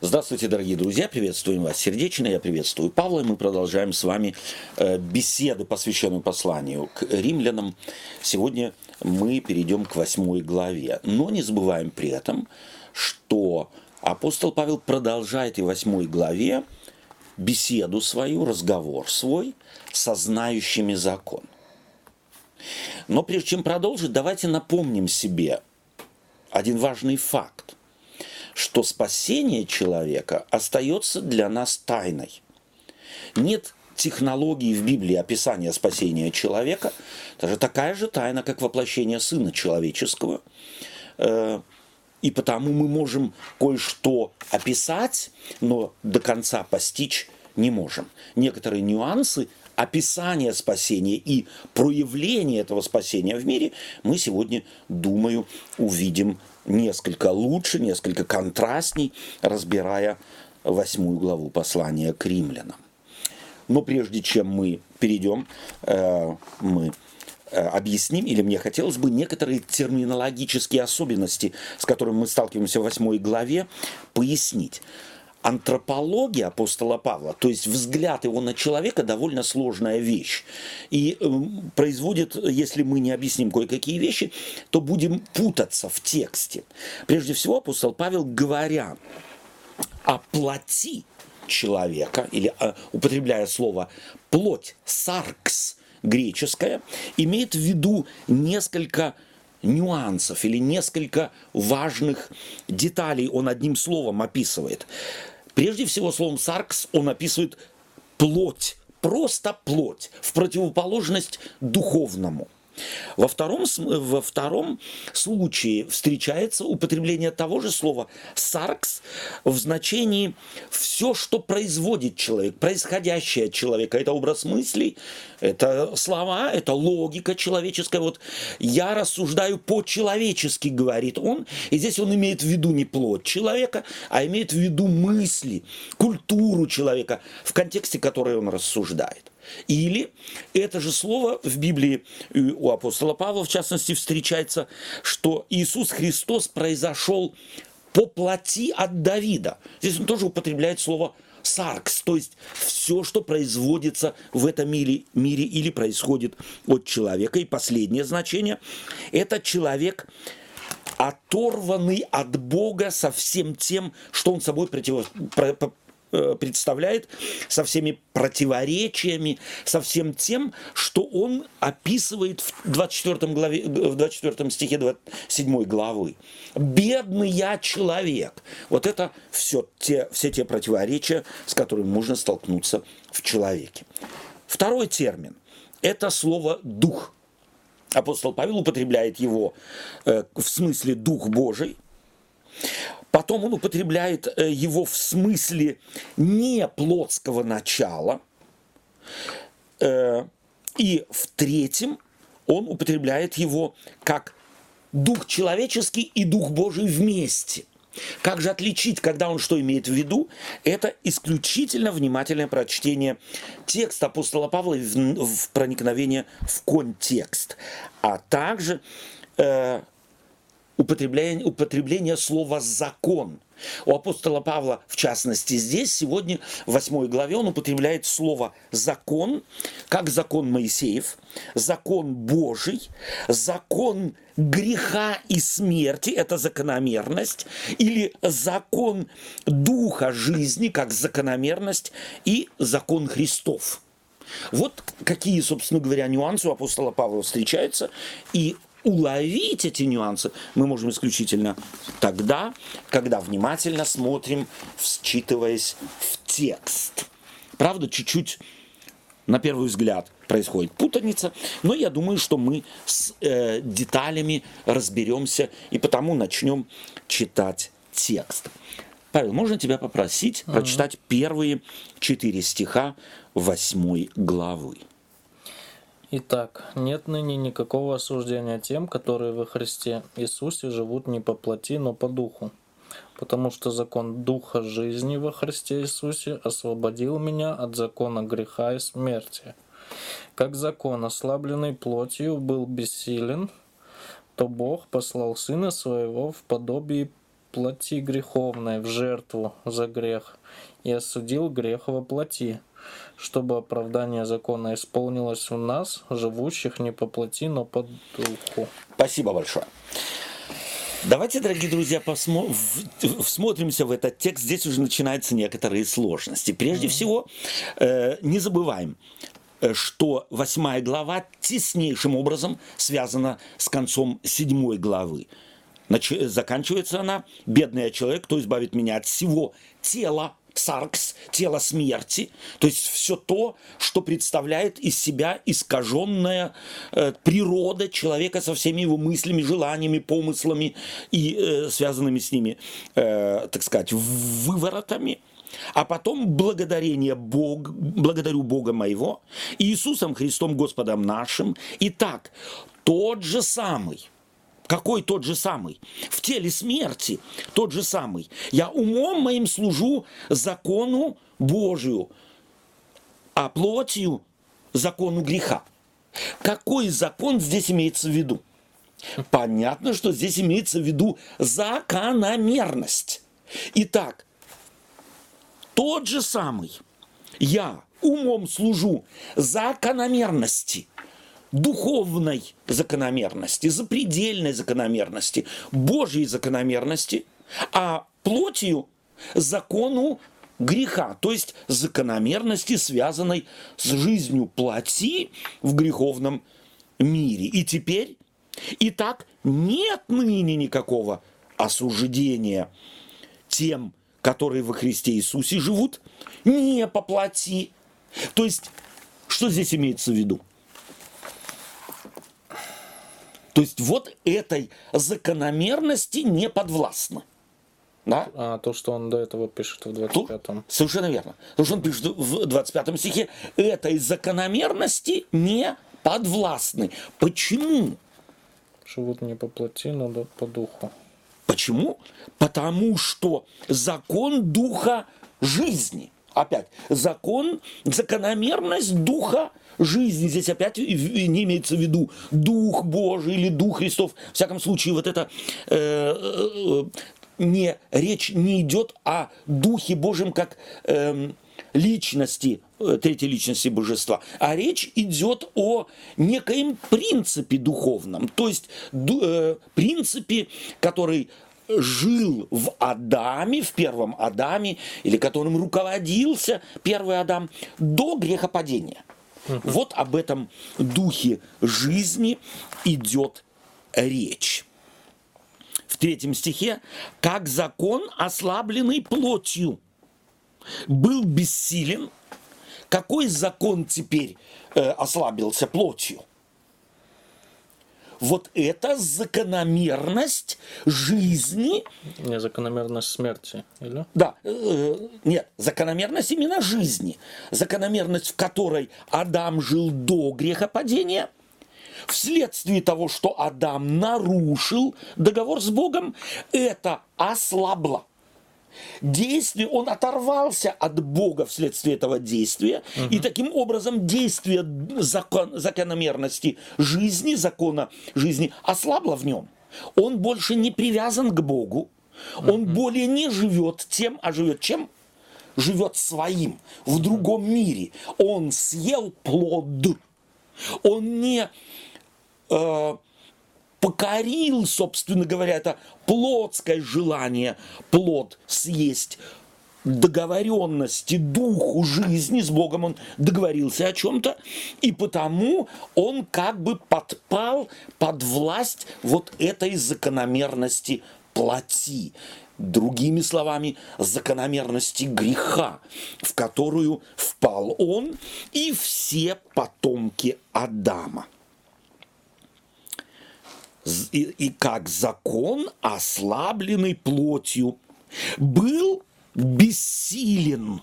Здравствуйте, дорогие друзья, приветствуем вас сердечно, я приветствую Павла, и мы продолжаем с вами беседы, посвященную посланию к римлянам. Сегодня мы перейдем к 8 главе, но не забываем при этом, что апостол Павел продолжает и в 8 главе беседу свою, разговор свой со знающими закон. Но прежде чем продолжить, давайте напомним себе один важный факт, что спасение человека остается для нас тайной. Нет технологии в Библии описания спасения человека, даже такая же тайна, как воплощение Сына Человеческого. И потому мы можем кое-что описать, но до конца постичь не можем. Некоторые нюансы описания спасения и проявления этого спасения в мире мы сегодня, думаю, увидим несколько лучше, несколько контрастней, разбирая 8 главу послания к римлянам. Но прежде чем мы перейдем, мы объясним, или мне хотелось бы некоторые терминологические особенности, с которыми мы сталкиваемся в 8 главе, пояснить. Антропология апостола Павла, то есть взгляд его на человека, довольно сложная вещь. И производит, если мы не объясним кое-какие вещи, то будем путаться в тексте. Прежде всего, апостол Павел, говоря о плоти человека, или употребляя слово «плоть», «саркс», греческое, имеет в виду несколько нюансов или несколько важных деталей он одним словом описывает. Прежде всего, словом «саркс» он описывает плоть, просто плоть, в противоположность духовному. Во втором случае встречается употребление того же слова «саркс» в значении «все, что производит человек», происходящее от человека. Это образ мыслей, это слова, это логика человеческая. Вот «я рассуждаю по-человечески», говорит он, и здесь он имеет в виду не плоть человека, а имеет в виду мысли, культуру человека, в контексте которой он рассуждает. Или это же слово в Библии у апостола Павла, в частности, встречается, что Иисус Христос произошел по плоти от Давида. Здесь он тоже употребляет слово «саркс», то есть все, что производится в этом мире или происходит от человека. И последнее значение – это человек, оторванный от Бога со всем тем, что он собой представляет, со всеми противоречиями, со всем тем, что он описывает в 24 стихе 27 главы. «Бедный я человек». Вот это все те противоречия, с которыми можно столкнуться в человеке. Второй термин – это слово «дух». Апостол Павел употребляет его в смысле «дух Божий». Потом он употребляет его в смысле не плотского начала. И в третьем он употребляет его как дух человеческий и дух Божий вместе. Как же отличить, когда он что имеет в виду? Это исключительно внимательное прочтение текста апостола Павла в проникновение в контекст, а также употребление слова «закон». У апостола Павла, в частности, здесь, сегодня, в 8 главе, он употребляет слово «закон», как закон Моисеев, закон Божий, закон греха и смерти, это закономерность, или закон духа жизни, как закономерность, и закон Христов. Вот какие, собственно говоря, нюансы у апостола Павла встречаются, и уловить эти нюансы мы можем исключительно тогда, когда внимательно смотрим, вчитываясь в текст. Правда, чуть-чуть, на первый взгляд, происходит путаница, но я думаю, что мы с деталями разберемся и потому начнем читать текст. Павел, можно тебя попросить прочитать первые 4 стиха 8 главы? Итак, нет ныне никакого осуждения тем, которые во Христе Иисусе живут не по плоти, но по духу. Потому что закон духа жизни во Христе Иисусе освободил меня от закона греха и смерти. Как закон, ослабленный плотью, был бессилен, то Бог послал Сына Своего в подобии плоти греховной в жертву за грех и осудил грех во плоти, чтобы оправдание закона исполнилось в нас, живущих не по плоти, но по духу». Спасибо большое. Давайте, дорогие друзья, всмотримся в этот текст. Здесь уже начинаются некоторые сложности. Прежде всего, не забываем, что 8 глава теснейшим образом связана с концом 7 главы. Заканчивается она: «Бедный я человек, кто избавит меня от всего тела, саркс, тело смерти», то есть все то, что представляет из себя искаженная природа человека со всеми его мыслями, желаниями, помыслами и связанными с ними, так сказать, выворотами. А потом благодарю Бога моего, Иисусом Христом Господом нашим. Итак, тот же самый. Какой тот же самый? В теле смерти тот же самый. Я умом моим служу закону Божию, а плотью закону греха. Какой закон здесь имеется в виду? Понятно, что здесь имеется в виду закономерность. Итак, тот же самый. Я умом служу закономерности, духовной закономерности, запредельной закономерности, Божьей закономерности, а плотью закону греха, то есть закономерности, связанной с жизнью плоти в греховном мире. И теперь, итак, нет ныне никакого осуждения тем, которые во Христе Иисусе живут не по плоти. То есть, что здесь имеется в виду? То есть вот этой закономерности не подвластно. Да? А то, что он до этого пишет в 25-м. Совершенно верно. То, что он пишет в 25 стихе, этой закономерности не подвластны. Почему? Живут не по плоти, но по духу. Почему? Потому что закон духа жизни. Опять, закономерность духа жизни. Здесь опять не имеется в виду Дух Божий или Дух Христов. В всяком случае, вот это речь не идет о Духе Божьем как личности, третьей личности божества, а речь идет о некоем принципе духовном, то есть принципе, который жил в Адаме, в первом Адаме, или которым руководился первый Адам до грехопадения. Вот об этом духе жизни идет речь. В 3 стихе: «Как закон, ослабленный плотью, был бессилен». Какой закон теперь ослабился плотью? Вот это закономерность жизни. Не закономерность смерти, или? Да, нет, закономерность именно жизни. Закономерность, в которой Адам жил до грехопадения. Вследствие того, что Адам нарушил договор с Богом, это ослабло. Действие, он оторвался от Бога вследствие этого действия, и таким образом действие закономерности жизни, закона жизни ослабло в нем. Он больше не привязан к Богу, он более не живет тем, а живет чем? Живет своим, в другом мире. Он съел плод, он не покорил, собственно говоря, это плотское желание, плод съесть, договоренности, духу жизни с Богом, он договорился о чем-то, и потому он как бы подпал под власть вот этой закономерности плоти. Другими словами, закономерности греха, в которую впал он и все потомки Адама. И как закон, ослабленный плотью, был бессилен.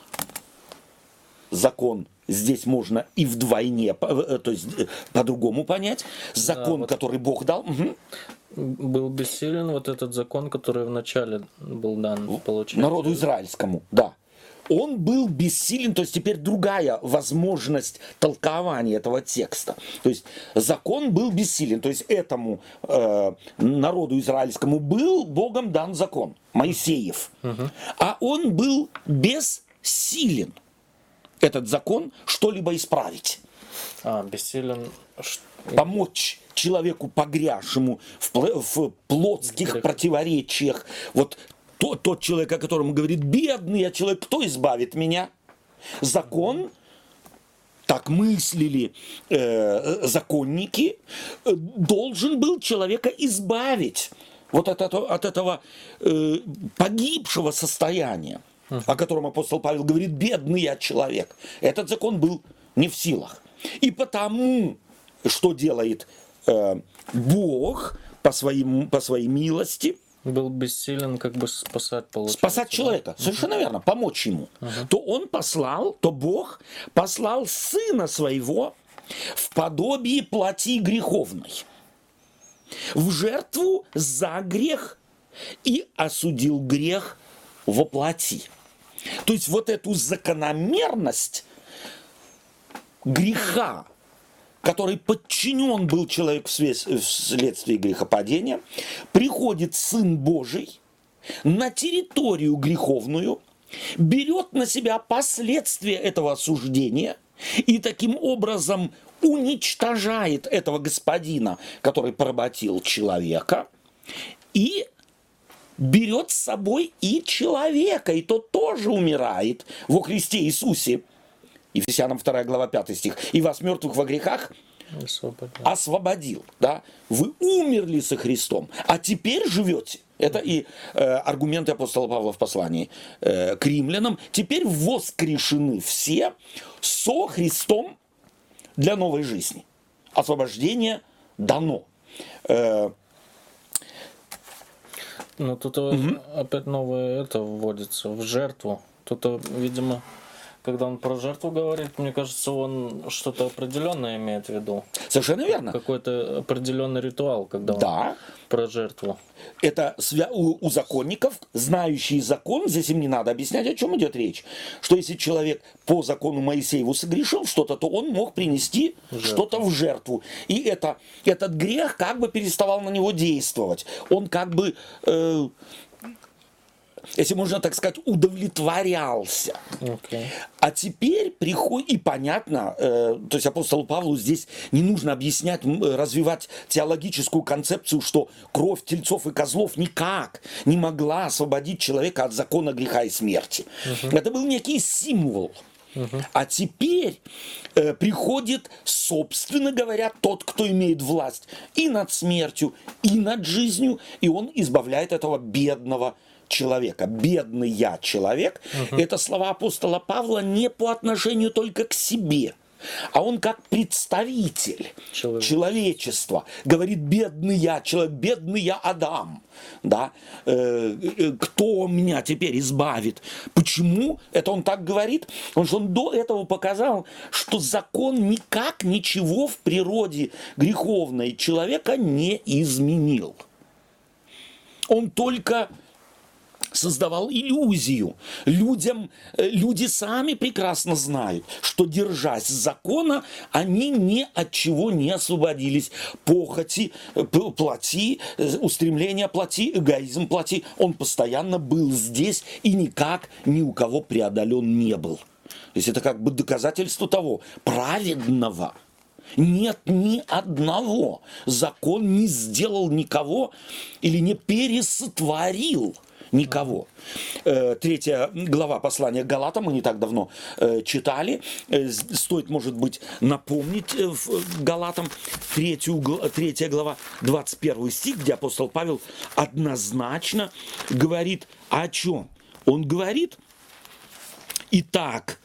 Закон здесь можно и вдвойне, то есть по-другому понять. Закон, да, который Бог дал. Был бессилен вот этот закон, который вначале был дан, получается. Народу израильскому, да. он был бессилен, то есть теперь другая возможность толкования этого текста. То есть закон был бессилен, то есть этому народу израильскому был Богом дан закон, Моисеев, а он был бессилен, этот закон, что-либо исправить. Бессилен... Помочь человеку, погрязшему в плотских противоречиях. Вот тот человек, о котором говорит, бедный я человек, кто избавит меня? Закон, так мыслили законники, должен был человека избавить вот от этого погибшего состояния, о котором апостол Павел говорит, бедный я человек. Этот закон был не в силах. И потому, что делает Бог по своей милости, был бессилен как бы спасать, получается. Спасать человека, совершенно верно, помочь ему. То Бог послал Сына Своего в подобии плоти греховной, в жертву за грех и осудил грех во плоти. То есть вот эту закономерность греха, который подчинен был человек вследствие грехопадения, приходит Сын Божий на территорию греховную, берет на себя последствия этого осуждения и таким образом уничтожает этого господина, который поработил человека, и берет с собой и человека, и тот тоже умирает во Христе Иисусе. Ефесянам 2 глава 5 стих. «И вас, мертвых во грехах, освободил». Да? Вы умерли со Христом, а теперь живете. Это и аргументы апостола Павла в послании к римлянам. Теперь воскрешены все со Христом для новой жизни. Освобождение дано. Ну, тут опять новое вводится в жертву. Тут, видимо, когда он про жертву говорит, мне кажется, он что-то определенное имеет в виду. Совершенно верно. Какой-то определенный ритуал, когда он про жертву. Это у законников, знающие закон, здесь им не надо объяснять, о чем идет речь. Что если человек по закону Моисееву согрешил что-то, то он мог принести что-то в жертву. И этот грех как бы переставал на него действовать. Он как бы... если можно так сказать, удовлетворялся. А теперь приходит, и понятно, то есть апостолу Павлу здесь не нужно объяснять, развивать теологическую концепцию, что кровь тельцов и козлов никак не могла освободить человека от закона греха и смерти. Это был некий символ. А теперь приходит, собственно говоря, тот, кто имеет власть и над смертью, и над жизнью, и он избавляет этого бедного человека. Бедный я человек. Это слова апостола Павла не по отношению только к себе, а он как представитель человечества говорит: бедный я человек, бедный я Адам. Да? Кто меня теперь избавит? Почему это он так говорит? Потому что он до этого показал, что закон никак ничего в природе греховной человека не изменил. Он только создавал иллюзию. Люди сами прекрасно знают, что, держась закона, они ни от чего не освободились. Похоти, плоти, устремления плоти, эгоизм плоти. Он постоянно был здесь и никак ни у кого преодолен не был. То есть это как бы доказательство того, праведного нет ни одного. Закон не сделал никого или не пересотворил никого. 3 глава послания к Галатам, мы не так давно читали. Стоит, может быть, напомнить Галатам 3 глава, 21 стих, где апостол Павел однозначно говорит о чем? Он говорит: «Итак,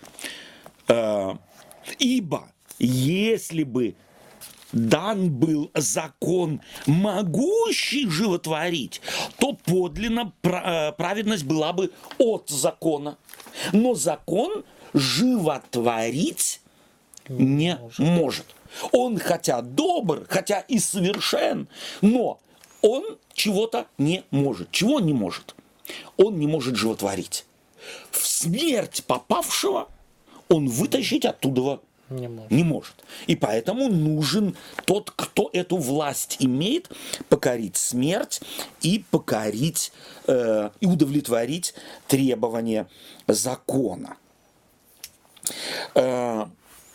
ибо если бы дан был закон, могущий животворить, то подлинно праведность была бы от закона. Но закон животворить не может. Он хотя добр, хотя и совершен, но он чего-то не может. Чего он не может? Он не может животворить. В смерть попавшего он вытащить оттуда не может. И поэтому нужен тот, кто эту власть имеет, покорить смерть и покорить и удовлетворить требования закона. Да.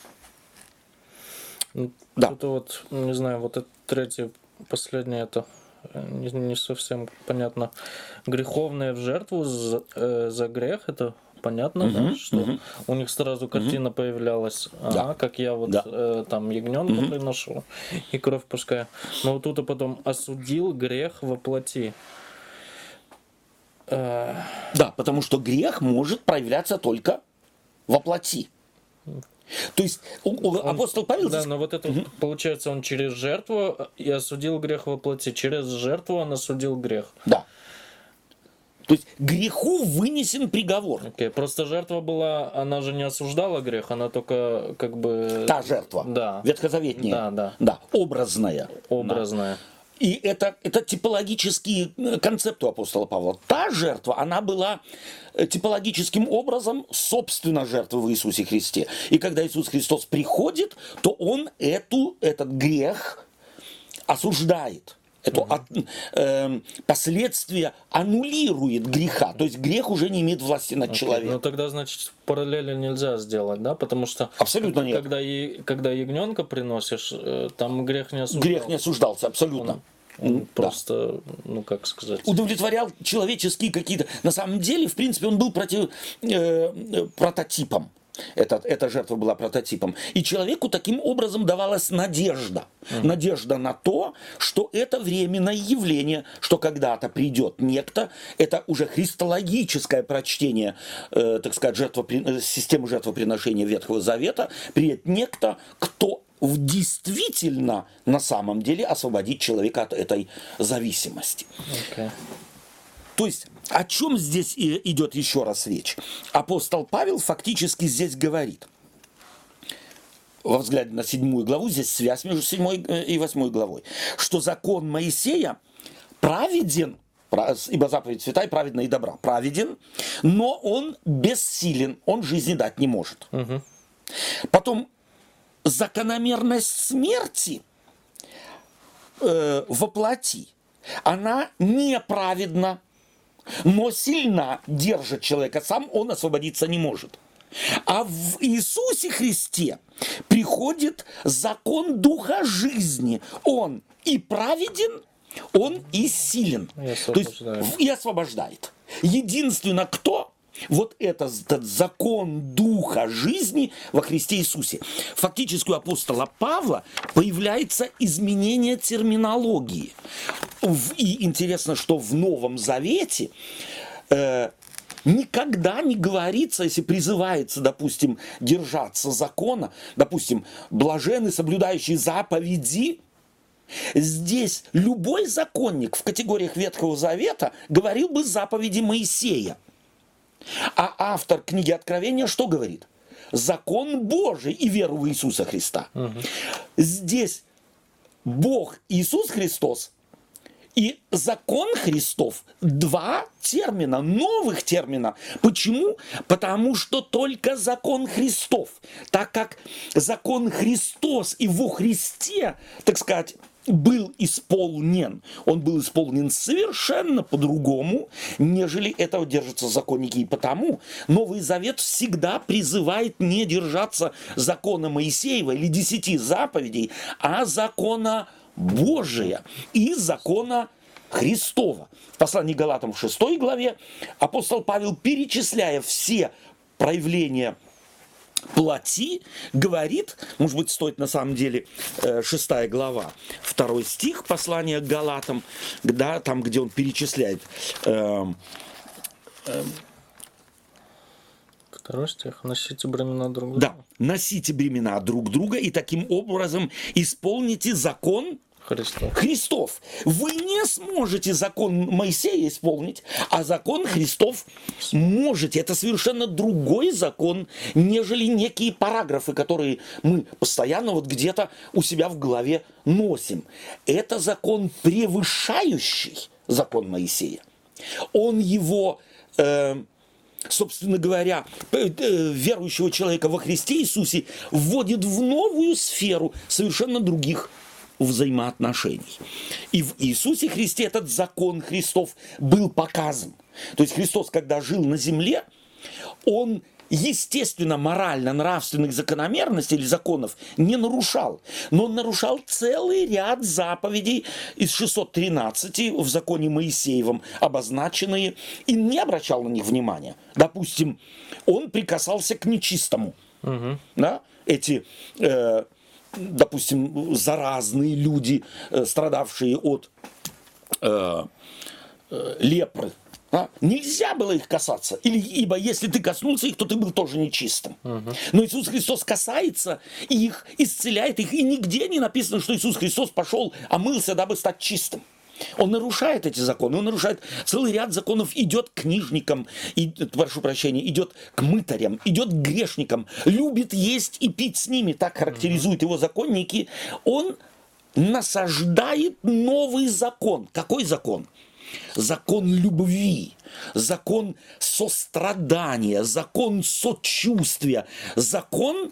Да. Вот, не знаю, вот это третье, последнее, это не совсем понятно. Греховные в жертву за грех, это понятно, да, что у них сразу картина появлялась, Да. как я вот там ягненка приношу и кровь пускаю. Но вот тут и потом осудил грех во плоти. Да, потому что грех может проявляться только во плоти. То есть апостол Павел... Да, но вот это вот, получается, он через жертву и осудил грех во плоти. Через жертву он осудил грех. Да. То есть греху вынесен приговор. Окей. Просто жертва была, она же не осуждала грех, она только как бы... Та жертва. Да. Ветхозаветняя. Да. Образная. Образная. И это типологический концепт у апостола Павла. Та жертва, она была типологическим образом собственно жертвы в Иисусе Христе. И когда Иисус Христос приходит, то Он этот грех осуждает. Последствия аннулирует греха. То есть грех уже не имеет власти над человеком. Ну тогда, значит, параллели нельзя сделать, да? Потому что абсолютно нет. Когда ягненка приносишь, там грех не осуждался. Грех не осуждался, абсолютно. Он просто, ну как сказать... Удовлетворял человеческие какие-то... На самом деле, в принципе, он был прототипом. Эта жертва была прототипом. И человеку таким образом давалась надежда. Надежда на то, что это временное явление, что когда-то придет некто. Это уже христологическое прочтение, так сказать, системы жертвоприношения Ветхого Завета. Придет некто, кто действительно на самом деле освободит человека от этой зависимости. Okay. То есть, о чем здесь идет еще раз речь? Апостол Павел фактически здесь говорит, во взгляде на 7 главу, здесь связь между 7 и 8 главой, что закон Моисея праведен, ибо заповедь святая, праведна и добра, праведен, но он бессилен, он жизни дать не может. Потом, закономерность смерти во плоти, она неправедна, но сильна, держит человека, сам он освободиться не может. А в Иисусе Христе приходит закон Духа жизни. Он и праведен, он и силен. То есть, и освобождает. Единственно, кто? Вот этот закон Духа жизни во Христе Иисусе. Фактически у апостола Павла появляется изменение терминологии. И интересно, что в Новом Завете никогда не говорится, если призывается, допустим, держаться закона, допустим, блаженны, соблюдающие заповеди. Здесь любой законник в категориях Ветхого Завета говорил бы заповеди Моисея. А автор книги Откровения что говорит? Закон Божий и веру в Иисуса Христа. Здесь Бог Иисус Христос и закон Христов — два термина, новых термина. Почему? Потому что только закон Христов, так как закон Христос и во Христе, так сказать, был исполнен. Он был исполнен совершенно по-другому, нежели этого держатся законники. И потому Новый Завет всегда призывает не держаться закона Моисеева или 10 заповедей, а закона Божия и закона Христова. В послании к Галатам в 6 главе апостол Павел, перечисляя все проявления плоти, говорит, может быть, стоит на самом деле 6 глава, 2 стих послания к Галатам, да, там, где он перечисляет. 2 стих. Носите бремена друг друга. Да, носите бремена друг друга и таким образом исполните закон Христов. Вы не сможете закон Моисея исполнить, а закон Христов можете. Это совершенно другой закон, нежели некие параграфы, которые мы постоянно вот где-то у себя в голове носим. Это закон, превышающий закон Моисея. Он его собственно говоря, верующего человека во Христе Иисусе вводит в новую сферу совершенно других взаимоотношений. И в Иисусе Христе этот закон Христов был показан. То есть Христос, когда жил на земле, он, естественно, морально-нравственных закономерностей или законов не нарушал. Но он нарушал целый ряд заповедей из 613 в законе Моисеевом обозначенные и не обращал на них внимания. Допустим, он прикасался к нечистому. Да? Эти, допустим, заразные люди, страдавшие от лепры, нельзя было их касаться, ибо если ты коснулся их, то ты был тоже нечистым. Но Иисус Христос касается их, исцеляет их, и нигде не написано, что Иисус Христос пошел, омылся, дабы стать чистым. Он нарушает эти законы, он нарушает целый ряд законов, идет к книжникам, прошу прощения, идет к мытарям, идет к грешникам, любит есть и пить с ними, так характеризуют его законники. Он насаждает новый закон. Какой закон? Закон любви, закон сострадания, закон сочувствия, закон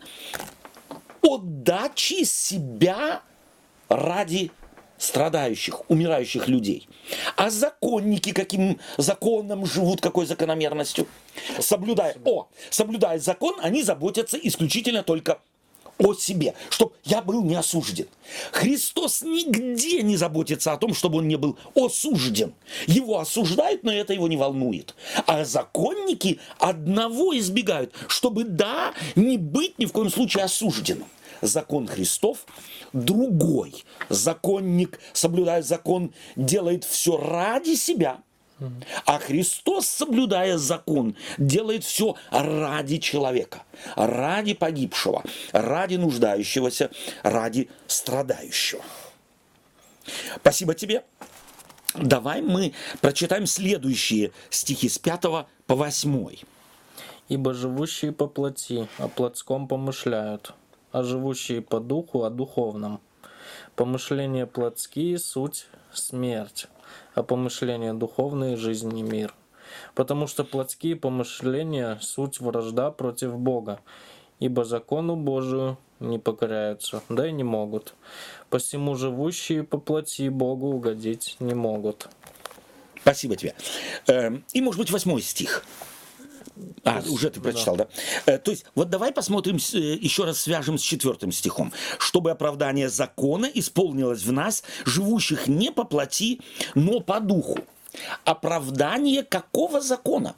отдачи себя ради страдающих, умирающих людей. А законники каким законом живут, какой закономерностью? Соблюдая закон, они заботятся исключительно только о себе, чтобы я был не осужден. Христос нигде не заботится о том, чтобы он не был осужден. Его осуждают, но это его не волнует. А законники одного избегают, чтобы, не быть ни в коем случае осужденным. Закон Христов другой. Законник, соблюдая закон, делает все ради себя. А Христос, соблюдая закон, делает все ради человека, ради погибшего, ради нуждающегося, ради страдающего. Спасибо тебе. Давай мы прочитаем следующие стихи с 5 по 8. «Ибо живущие по плоти о плотском помышляют, а живущие по духу о духовном. Помышления плотские — суть смерть, а помышления духовные — жизнь и мир. Потому что плотские помышления — суть вражда против Бога, ибо закону Божию не покоряются, да и не могут. Посему живущие по плоти Богу угодить не могут». Спасибо тебе. И, может быть, 8 стих. Уже ты прочитал, да? То есть, вот давай посмотрим, еще раз свяжем с 4 стихом. «Чтобы оправдание закона исполнилось в нас, живущих не по плоти, но по духу». Оправдание какого закона?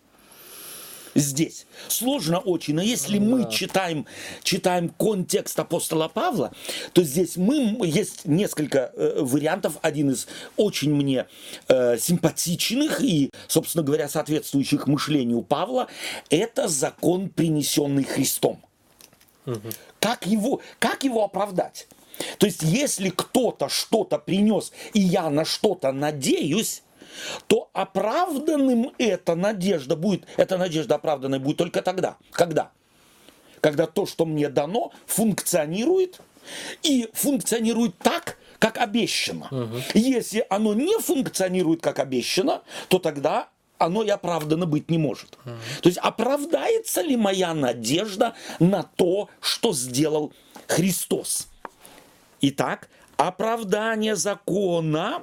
Здесь сложно очень, но если мы читаем контекст апостола Павла, то здесь есть несколько вариантов. Один из очень мне симпатичных и, собственно говоря, соответствующих мышлению Павла, это закон, принесенный Христом. Как его оправдать? То есть, если кто-то что-то принес, и я на что-то надеюсь, то оправданным эта надежда оправданной будет только тогда. Когда то, что мне дано, функционирует, и функционирует так, как обещано. Если оно не функционирует, как обещано, то тогда оно и оправдано быть не может. То есть, оправдается ли моя надежда на то, что сделал Христос? Итак, оправдание закона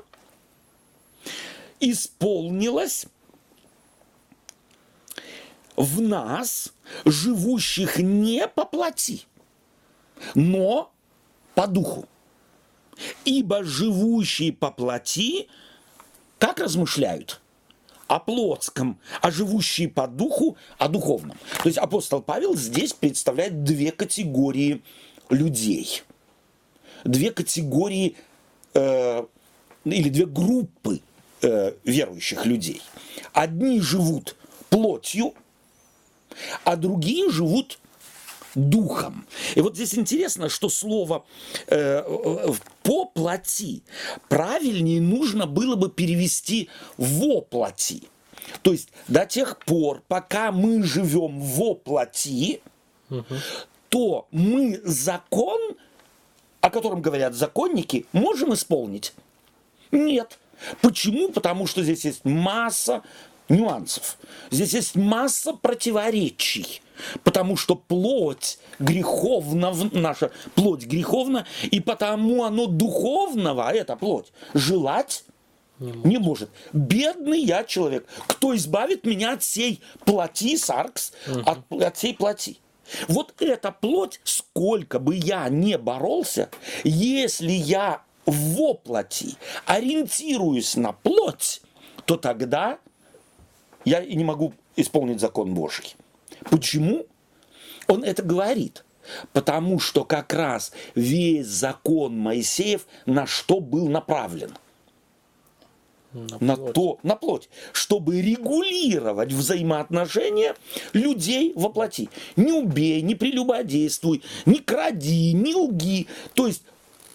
исполнилось в нас, живущих не по плоти, но по духу. Ибо живущие по плоти, как размышляют? О плотском, а живущие по духу о духовном. То есть апостол Павел здесь представляет 2 категории людей. 2 категории или 2 группы верующих людей. Одни живут плотью, а другие живут духом. И вот здесь интересно, что слово «по плоти» правильнее нужно было бы перевести «во плоти». То есть до тех пор, пока мы живем во плоти, то мы закон, о котором говорят законники, можем исполнить? Нет. Почему? Потому что здесь есть масса нюансов. Здесь есть масса противоречий. Потому что плоть греховна, наша плоть греховна, и потому оно духовного, а это плоть, желать не может. Бедный я человек. Кто избавит меня от сей плоти, саркс, от сей плоти? Вот эта плоть, сколько бы я не боролся, если я во плоти ориентируюсь на плоть, то тогда я и не могу исполнить закон Божий. Почему он это говорит? Потому что как раз весь закон Моисеев на что был направлен? На плоть, чтобы регулировать взаимоотношения людей во плоти. Не убей, не прелюбодействуй, не кради, не лги. То есть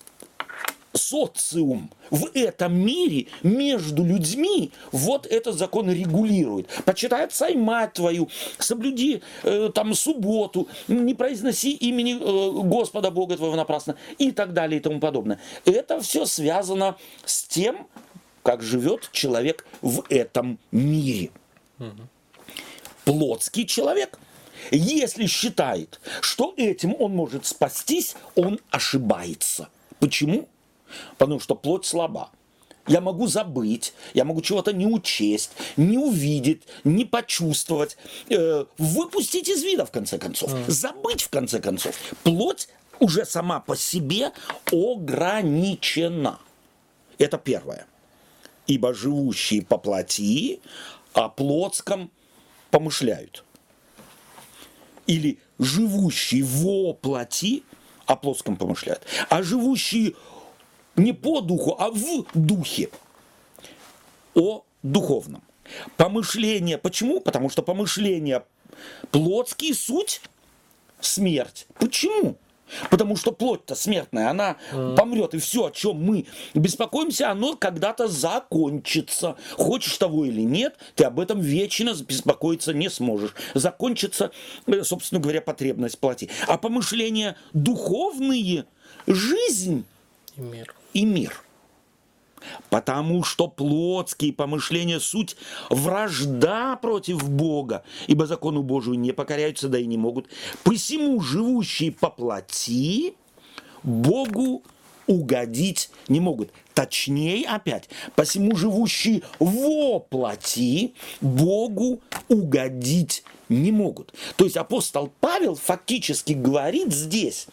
социум в этом мире между людьми вот этот закон регулирует. Почитай отца и мать твою, соблюди там субботу, не произноси имени Господа Бога твоего напрасно и так далее и тому подобное. Это все связано с тем, как живет человек в этом мире. Плотский человек, если считает, что этим он может спастись, он ошибается. Почему? Потому что плоть слаба. Я могу забыть, я могу чего-то не учесть, не увидеть, не почувствовать, выпустить из вида, в конце концов, забыть, в конце концов. Плоть уже сама по себе ограничена. Это первое. Ибо живущие по плоти о плотском помышляют. Или живущие во плоти о плотском помышляют. А живущие не по духу, а в духе о духовном. Помышление. Почему? Потому что помышление плотские суть смерть. Почему? Потому что плоть-то смертная, она помрет, и все, о чем мы беспокоимся, оно когда-то закончится. Хочешь того или нет, ты об этом вечно беспокоиться не сможешь. Закончится, собственно говоря, потребность плоти. А помышления духовные, жизнь и мир. Потому что плотские помышления суть вражда против Бога, ибо закону Божию не покоряются, да и не могут. Посему живущие по плоти Богу угодить не могут. Точнее опять, посему живущие во плоти Богу угодить не могут. То есть апостол Павел фактически говорит здесь,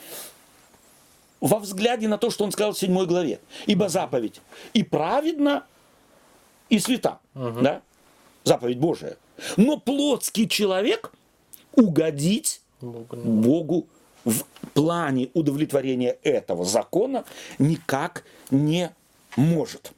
во взгляде на то, что он сказал в 7 главе. Ибо заповедь и праведна, и свята. Да? Заповедь Божия. Но плотский человек угодить Богу в плане удовлетворения этого закона никак не может.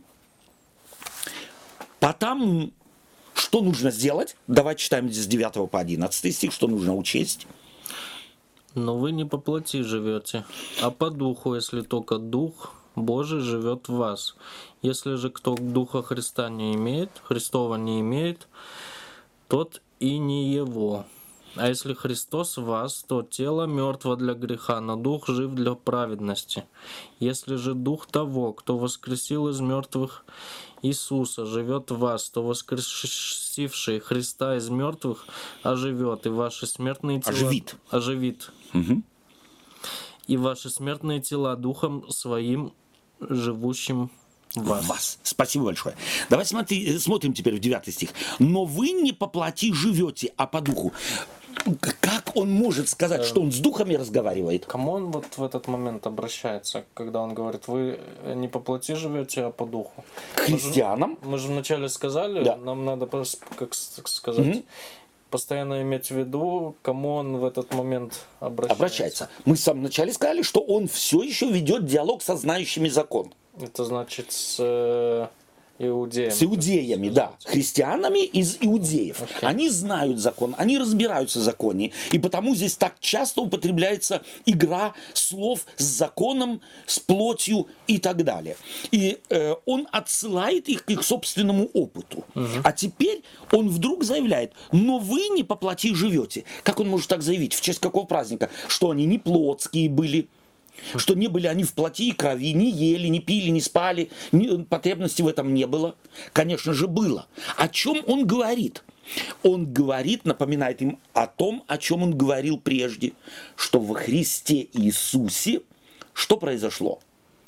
Потому что нужно сделать? Давайте читаем с 9 по 11 стих, что нужно учесть. Но вы не по плоти живете, а по духу, если только Дух Божий живет в вас. Если же кто Духа Христа не имеет, Христова не имеет, тот и не его. А если Христос в вас, то тело мертво для греха, но Дух жив для праведности. Если же Дух того, кто воскресил из мертвых Иисуса, живет в вас, то воскресивший Христа из мертвых оживет, и ваши смертные тела... Оживит. Угу. И ваши смертные тела Духом Своим живущим в вас. Спасибо большое. Давай смотрим теперь в 9 стих. Но вы не по плоти живете, а по духу. Как он может сказать, что он с духами разговаривает? К кому он вот в этот момент обращается, когда он говорит, вы не по плоти живете, а по духу? К христианам. Мы же вначале сказали, да. Нам надо просто, как сказать, постоянно иметь в виду, к кому он в этот момент обращается. Мы в самом начале сказали, что он все еще ведет диалог со знающими закон. Это значит с иудеями. С иудеями, да. Христианами из иудеев. Okay. Они знают закон, они разбираются в законе. И потому здесь так часто употребляется игра слов с законом, с плотью и так далее. И он отсылает их к их собственному опыту. А теперь он вдруг заявляет, но вы не по плоти живете. Как он может так заявить? В честь какого праздника? Что они не плотские были? Что не были они в плоти и крови, не ели, не пили, не спали, потребности в этом не было. Конечно же, было. О чем он говорит? Он говорит, напоминает им о том, о чем он говорил прежде, что во Христе Иисусе что произошло?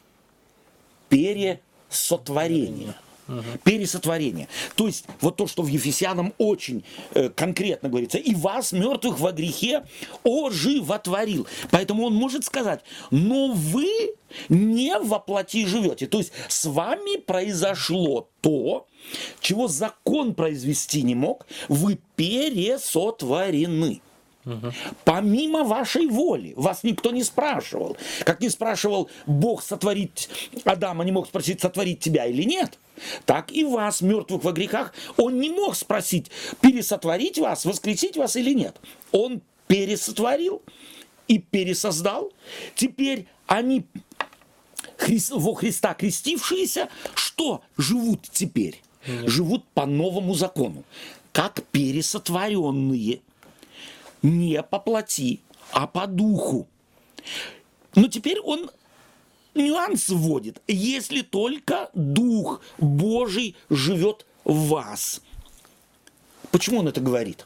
Пересотворение. Пересотворение. То есть вот то, что в Ефесянам очень конкретно говорится. И вас, мертвых во грехе, оживотворил. Поэтому он может сказать, но вы не во плоти живете. То есть с вами произошло то, чего закон произвести не мог. Вы пересотворены. Помимо вашей воли. Вас никто не спрашивал. Как не спрашивал Бог сотворить Адама, не мог спросить, сотворить тебя или нет. Так и вас, мертвых во грехах, он не мог спросить, пересотворить вас, воскресить вас или нет. Он пересотворил и пересоздал. Теперь они, во Христа крестившиеся, что живут теперь? Живут по новому закону, как пересотворенные. Не по плоти, а по духу. Но теперь он нюанс вводит. Если только Дух Божий живет в вас. Почему он это говорит?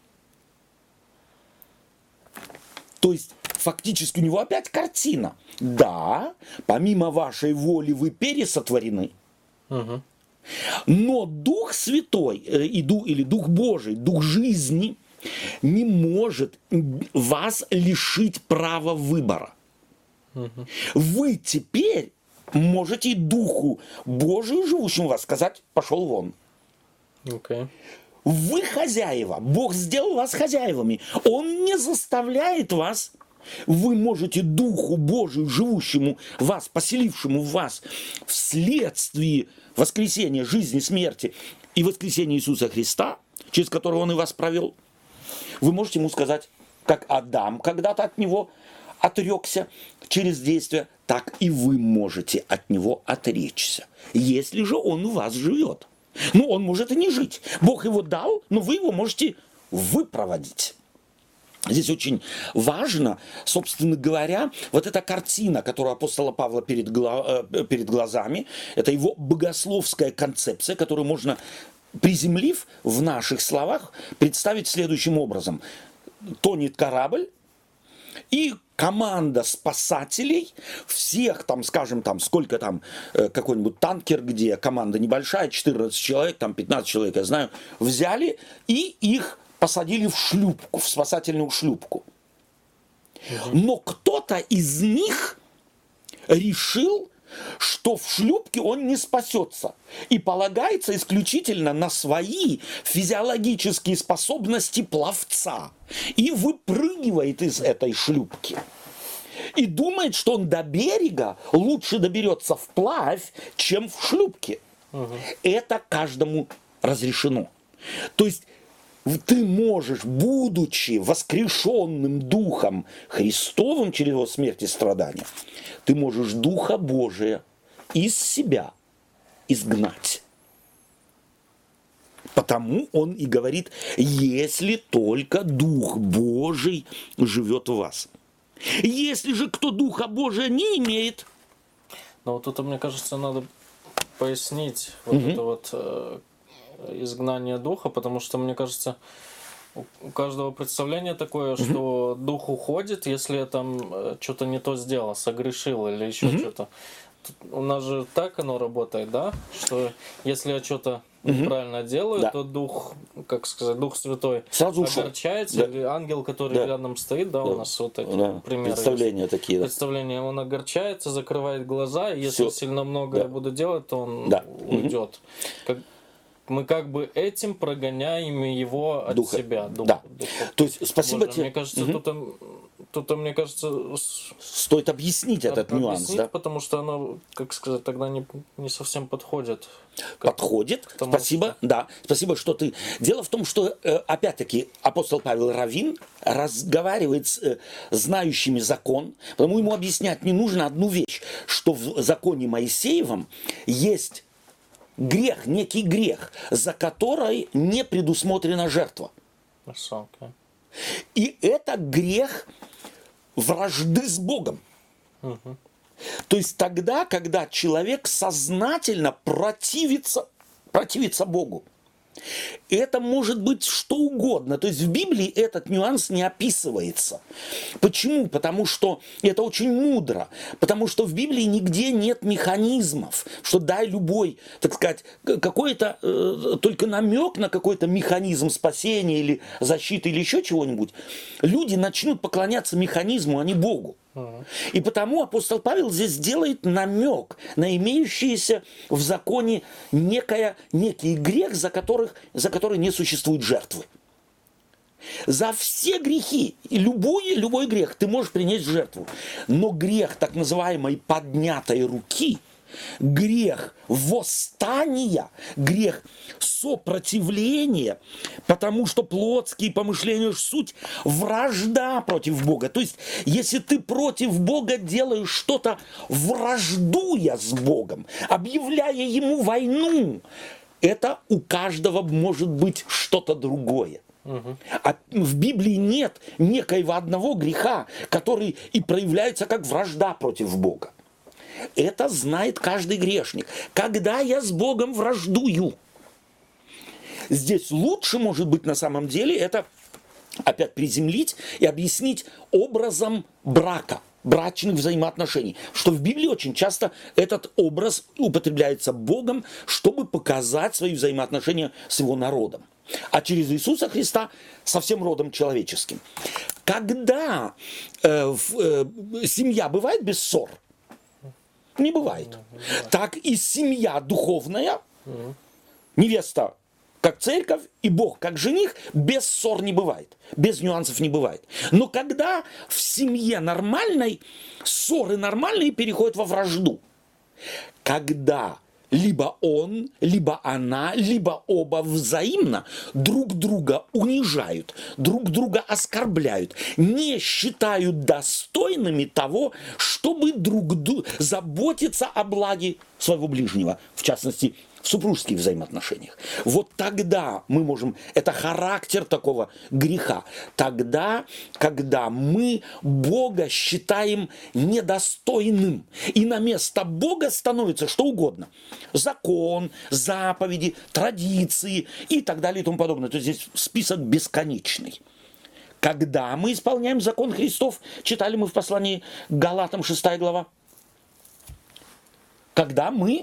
То есть фактически у него опять картина. Да, помимо вашей воли вы пересотворены. Но Дух Святой, или Дух Божий, Дух жизни не может вас лишить права выбора. Вы теперь можете Духу Божию, живущему в вас, сказать, пошел вон. Вы хозяева. Бог сделал вас хозяевами. Он не заставляет вас. Вы можете Духу Божию, живущему в вас, поселившему в вас, вследствие воскресения, жизни, смерти и воскресения Иисуса Христа, через которого Он и вас провел, вы можете ему сказать, как Адам когда-то от него отрекся через действие, так и вы можете от него отречься, если же он у вас живет. Ну, он может и не жить. Бог его дал, но вы его можете выпроводить. Здесь очень важно, собственно говоря, вот эта картина, которую апостола Павла перед глазами, это его богословская концепция, которую можно, приземлив в наших словах, представить следующим образом. Тонет корабль, и команда спасателей, всех там, скажем, там, сколько там, какой-нибудь танкер, где команда небольшая, 14 человек, там 15 человек, я знаю, взяли и их посадили в шлюпку, в спасательную шлюпку. Но кто-то из них решил, что в шлюпке он не спасется и полагается исключительно на свои физиологические способности пловца и выпрыгивает из этой шлюпки и думает, что он до берега лучше доберется вплавь, чем в шлюпке. Это каждому разрешено. То есть ты можешь, будучи воскрешенным Духом Христовым через его смерть и страдания, ты можешь Духа Божия из себя изгнать. Потому он и говорит, если только Дух Божий живет в вас. Если же кто Духа Божия не имеет. Но вот тут, мне кажется, надо пояснить вот это вот изгнание духа, потому что, мне кажется, у каждого представление такое, что дух уходит, если я там что-то не то сделал, согрешил или еще что-то. У нас же так оно работает, да? Что если я что-то неправильно делаю, то Дух, как сказать, Дух Святой сразу огорчается, или ангел, который рядом стоит, у нас вот эти примеры представления есть. такие. Представления, он огорчается, закрывает глаза, и если сильно много я буду делать, то он уйдет. Мы как бы этим прогоняем его от Духа. себя. Духа. То есть, спасибо тебе. Мне кажется, тут, мне кажется, стоит объяснить этот нюанс. Да? Потому что оно, как сказать, тогда не совсем подходит. Подходит. Спасибо. Да. Спасибо, что ты... Дело в том, что, опять-таки, апостол Павел Раввин разговаривает с знающими закон, потому ему объяснять не нужно одну вещь, что в законе Моисеевом есть грех, некий грех, за который не предусмотрена жертва. И это грех вражды с Богом. То есть тогда, когда человек сознательно противится Богу. Это может быть что угодно. То есть в Библии этот нюанс не описывается. Почему? Потому что это очень мудро. Потому что в Библии нигде нет механизмов, что дай любой, так сказать, какой-то только намек на какой-то механизм спасения или защиты или еще чего-нибудь. Люди начнут поклоняться механизму, а не Богу. И потому апостол Павел здесь делает намек на имеющийся в законе некий грех, за который не существует жертвы. За все грехи, и любой грех ты можешь принять в жертву. Но грех так называемой поднятой руки, грех восстания, грех сопротивления, потому что плотские помышления — суть вражда против Бога. То есть, если ты против Бога делаешь что-то, враждуя с Богом, объявляя Ему войну, это у каждого может быть что-то другое. А в Библии нет некоего одного греха, который и проявляется как вражда против Бога. Это знает каждый грешник. Когда я с Богом враждую, здесь лучше, может быть, на самом деле, это опять приземлить и объяснить образом брака, брачных взаимоотношений. Что в Библии очень часто этот образ употребляется Богом, чтобы показать свои взаимоотношения с Его народом. А через Иисуса Христа со всем родом человеческим. Когда семья бывает без ссор? Не бывает. Так и семья духовная, невеста как церковь и Бог как жених, без ссор не бывает, без нюансов не бывает. Но когда в семье нормальной ссоры нормальные переходят во вражду, когда либо он, либо она, либо оба взаимно друг друга унижают, друг друга оскорбляют, не считают достойными того, чтобы заботиться о благе своего ближнего, в частности, в супружеских взаимоотношениях. Вот тогда мы можем, это характер такого греха, тогда, когда мы Бога считаем недостойным, и на место Бога становится что угодно. Закон, заповеди, традиции и так далее и тому подобное. То есть здесь список бесконечный. Когда мы исполняем закон Христов, читали мы в послании к Галатам 6 глава, когда мы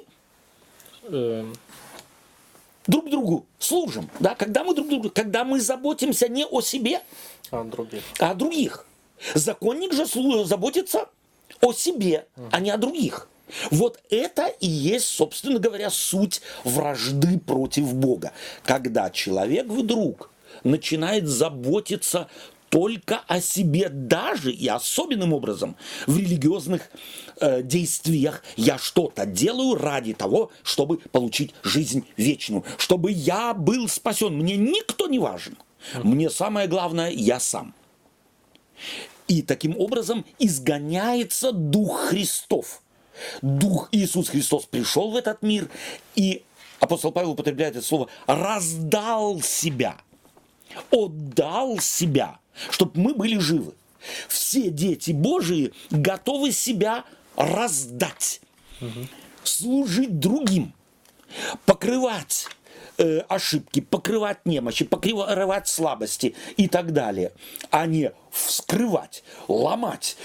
друг другу служим, да? Когда мы заботимся не о себе, а о других. Законник же заботится о себе, а не о других. Вот это и есть, собственно говоря, суть вражды против Бога. Когда человек вдруг начинает заботиться только о себе, даже и особенным образом в религиозных действиях. Я что-то делаю ради того, чтобы получить жизнь вечную, чтобы я был спасен. Мне никто не важен. Мне самое главное — я сам. И таким образом изгоняется Дух Христов. Дух Иисус Христос пришел в этот мир, и апостол Павел употребляет это слово «раздал себя», «отдал себя», чтобы мы были живы. Все дети Божии готовы себя раздать, служить другим, покрывать ошибки, покрывать немощи, покрывать слабости и так далее, а не вскрывать, ломать.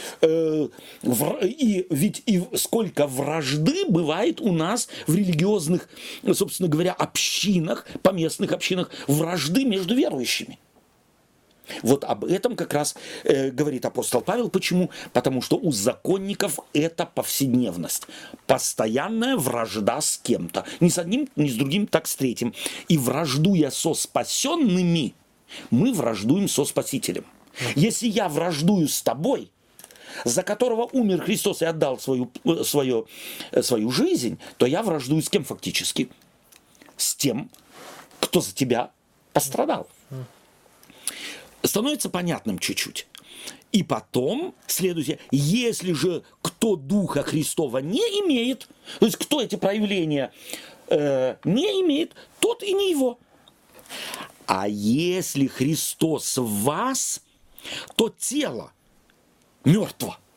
И ведь и сколько вражды бывает у нас в религиозных, собственно говоря, общинах, поместных общинах, вражды между верующими. Вот об этом как раз говорит апостол Павел. Почему? Потому что у законников это повседневность. Постоянная вражда с кем-то. Не с одним, не с другим, так с третьим. И враждуя со спасенными, мы враждуем со Спасителем. Если я враждую с тобой, за которого умер Христос и отдал свою жизнь, то я враждую с кем фактически? С тем, кто за тебя пострадал. Становится понятным чуть-чуть. И потом, следующее, если же кто Духа Христова не имеет, то есть кто эти проявления не имеет, тот и не его. А если Христос в вас, то тело мертво.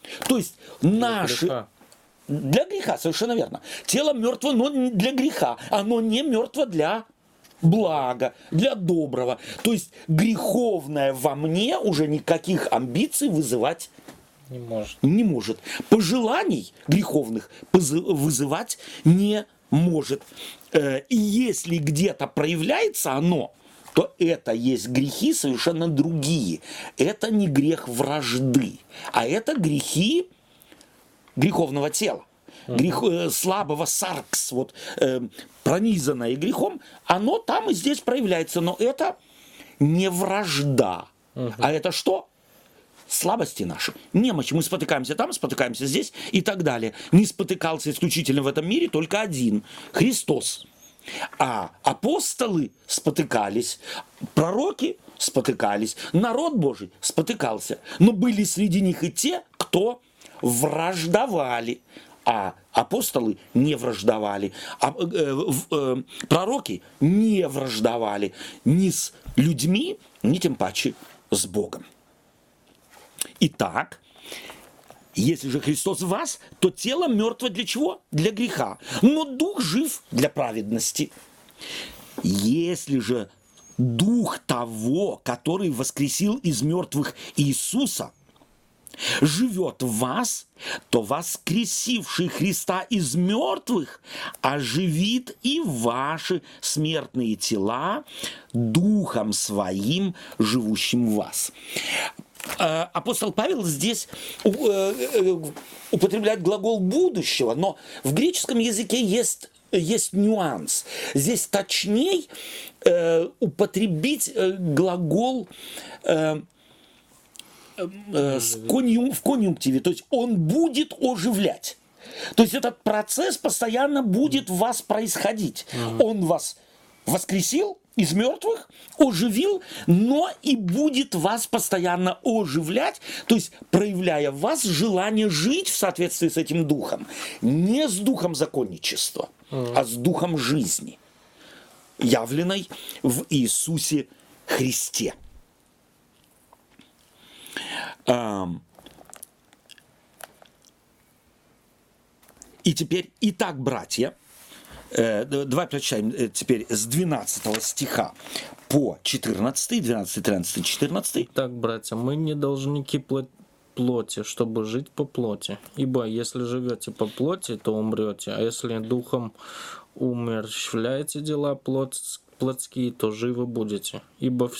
То есть наши... Для греха, совершенно верно. Тело мертво, но для греха. Оно не мертво для блага, для доброго. То есть греховное во мне уже никаких амбиций вызывать не может. Пожеланий греховных вызывать не может. И если где-то проявляется оно, то это есть грехи совершенно другие. Это не грех вражды, а это грехи греховного тела. Грех, слабого саркс, вот, пронизанное грехом, оно там и здесь проявляется. Но это не вражда. А это что? Слабости наши, немощи. Мы спотыкаемся там, спотыкаемся здесь и так далее. Не спотыкался исключительно в этом мире только один – Христос. А апостолы спотыкались, пророки спотыкались, народ Божий спотыкался. Но были среди них и те, кто враждовали. А апостолы не враждовали, пророки не враждовали ни с людьми, ни тем паче с Богом. Итак, если же Христос в вас, то тело мертво для чего? Для греха. Но дух жив для праведности. Если же дух того, который воскресил из мертвых Иисуса, живет в вас, то воскресивший Христа из мертвых оживит и ваши смертные тела духом своим, живущим в вас. Апостол Павел здесь употребляет глагол будущего, но в греческом языке есть нюанс. Здесь точней употребить глагол в конъюнктиве, то есть он будет оживлять. То есть этот процесс постоянно будет в вас происходить. Он вас воскресил из мертвых, оживил, но и будет вас постоянно оживлять, то есть проявляя в вас желание жить в соответствии с этим духом. Не с духом законничества, а с духом жизни, явленной в Иисусе Христе. И теперь, итак, братья, давай прочитаем теперь с 12 стиха по 14, 12, 13, 14. Так, братья, мы не должники плоти, чтобы жить по плоти. Ибо если живете по плоти, то умрете, а если духом умерщвляете дела плотские, то живы будете. Ибо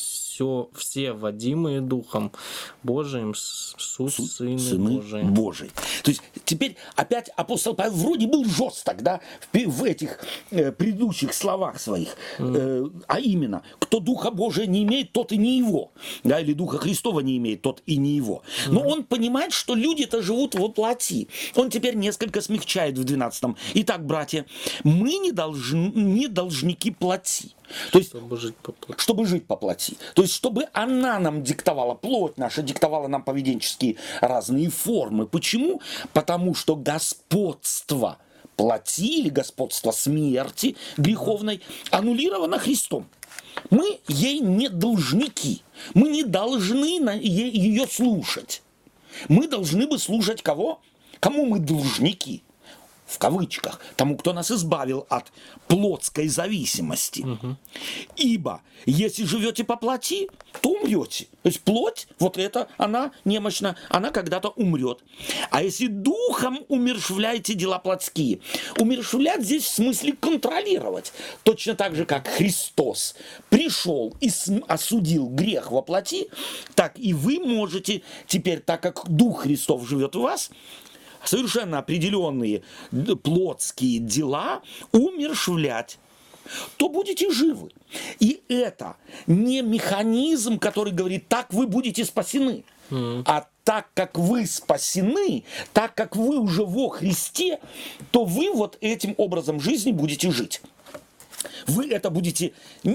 все водимые Духом Божиим суть Сыны Божии. То есть теперь опять апостол Павел вроде был жесток, да, в этих предыдущих словах своих, а именно, кто Духа Божия не имеет, тот и не его, да, или Духа Христова не имеет, тот и не его. Но он понимает, что люди-то живут во плоти. Он теперь несколько смягчает в 12-м. Итак, братья, мы не должники плоти. То есть, чтобы жить по плоти. То есть, чтобы она нам диктовала, плоть наша диктовала нам поведенческие разные формы. Почему? Потому что господство плоти или господство смерти греховной аннулировано Христом. Мы ей не должники. Мы не должны ее слушать. Мы должны бы слушать кого? Кому мы должники? В кавычках, тому, кто нас избавил от плотской зависимости. Ибо если живете по плоти, то умрете. То есть плоть, вот эта, она немощна, она когда-то умрет. А если духом умерщвляете дела плотские, умерщвлять здесь в смысле контролировать. Точно так же, как Христос пришел и осудил грех во плоти, так и вы можете теперь, так как Дух Христов живет в вас, совершенно определенные плотские дела умерщвлять, то будете живы. И это не механизм, который говорит, так вы будете спасены. А так как вы спасены, так как вы уже во Христе, то вы вот этим образом жизни будете жить. Вы это будете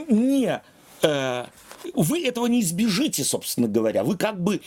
вы этого не избежите, собственно говоря. Вы как бы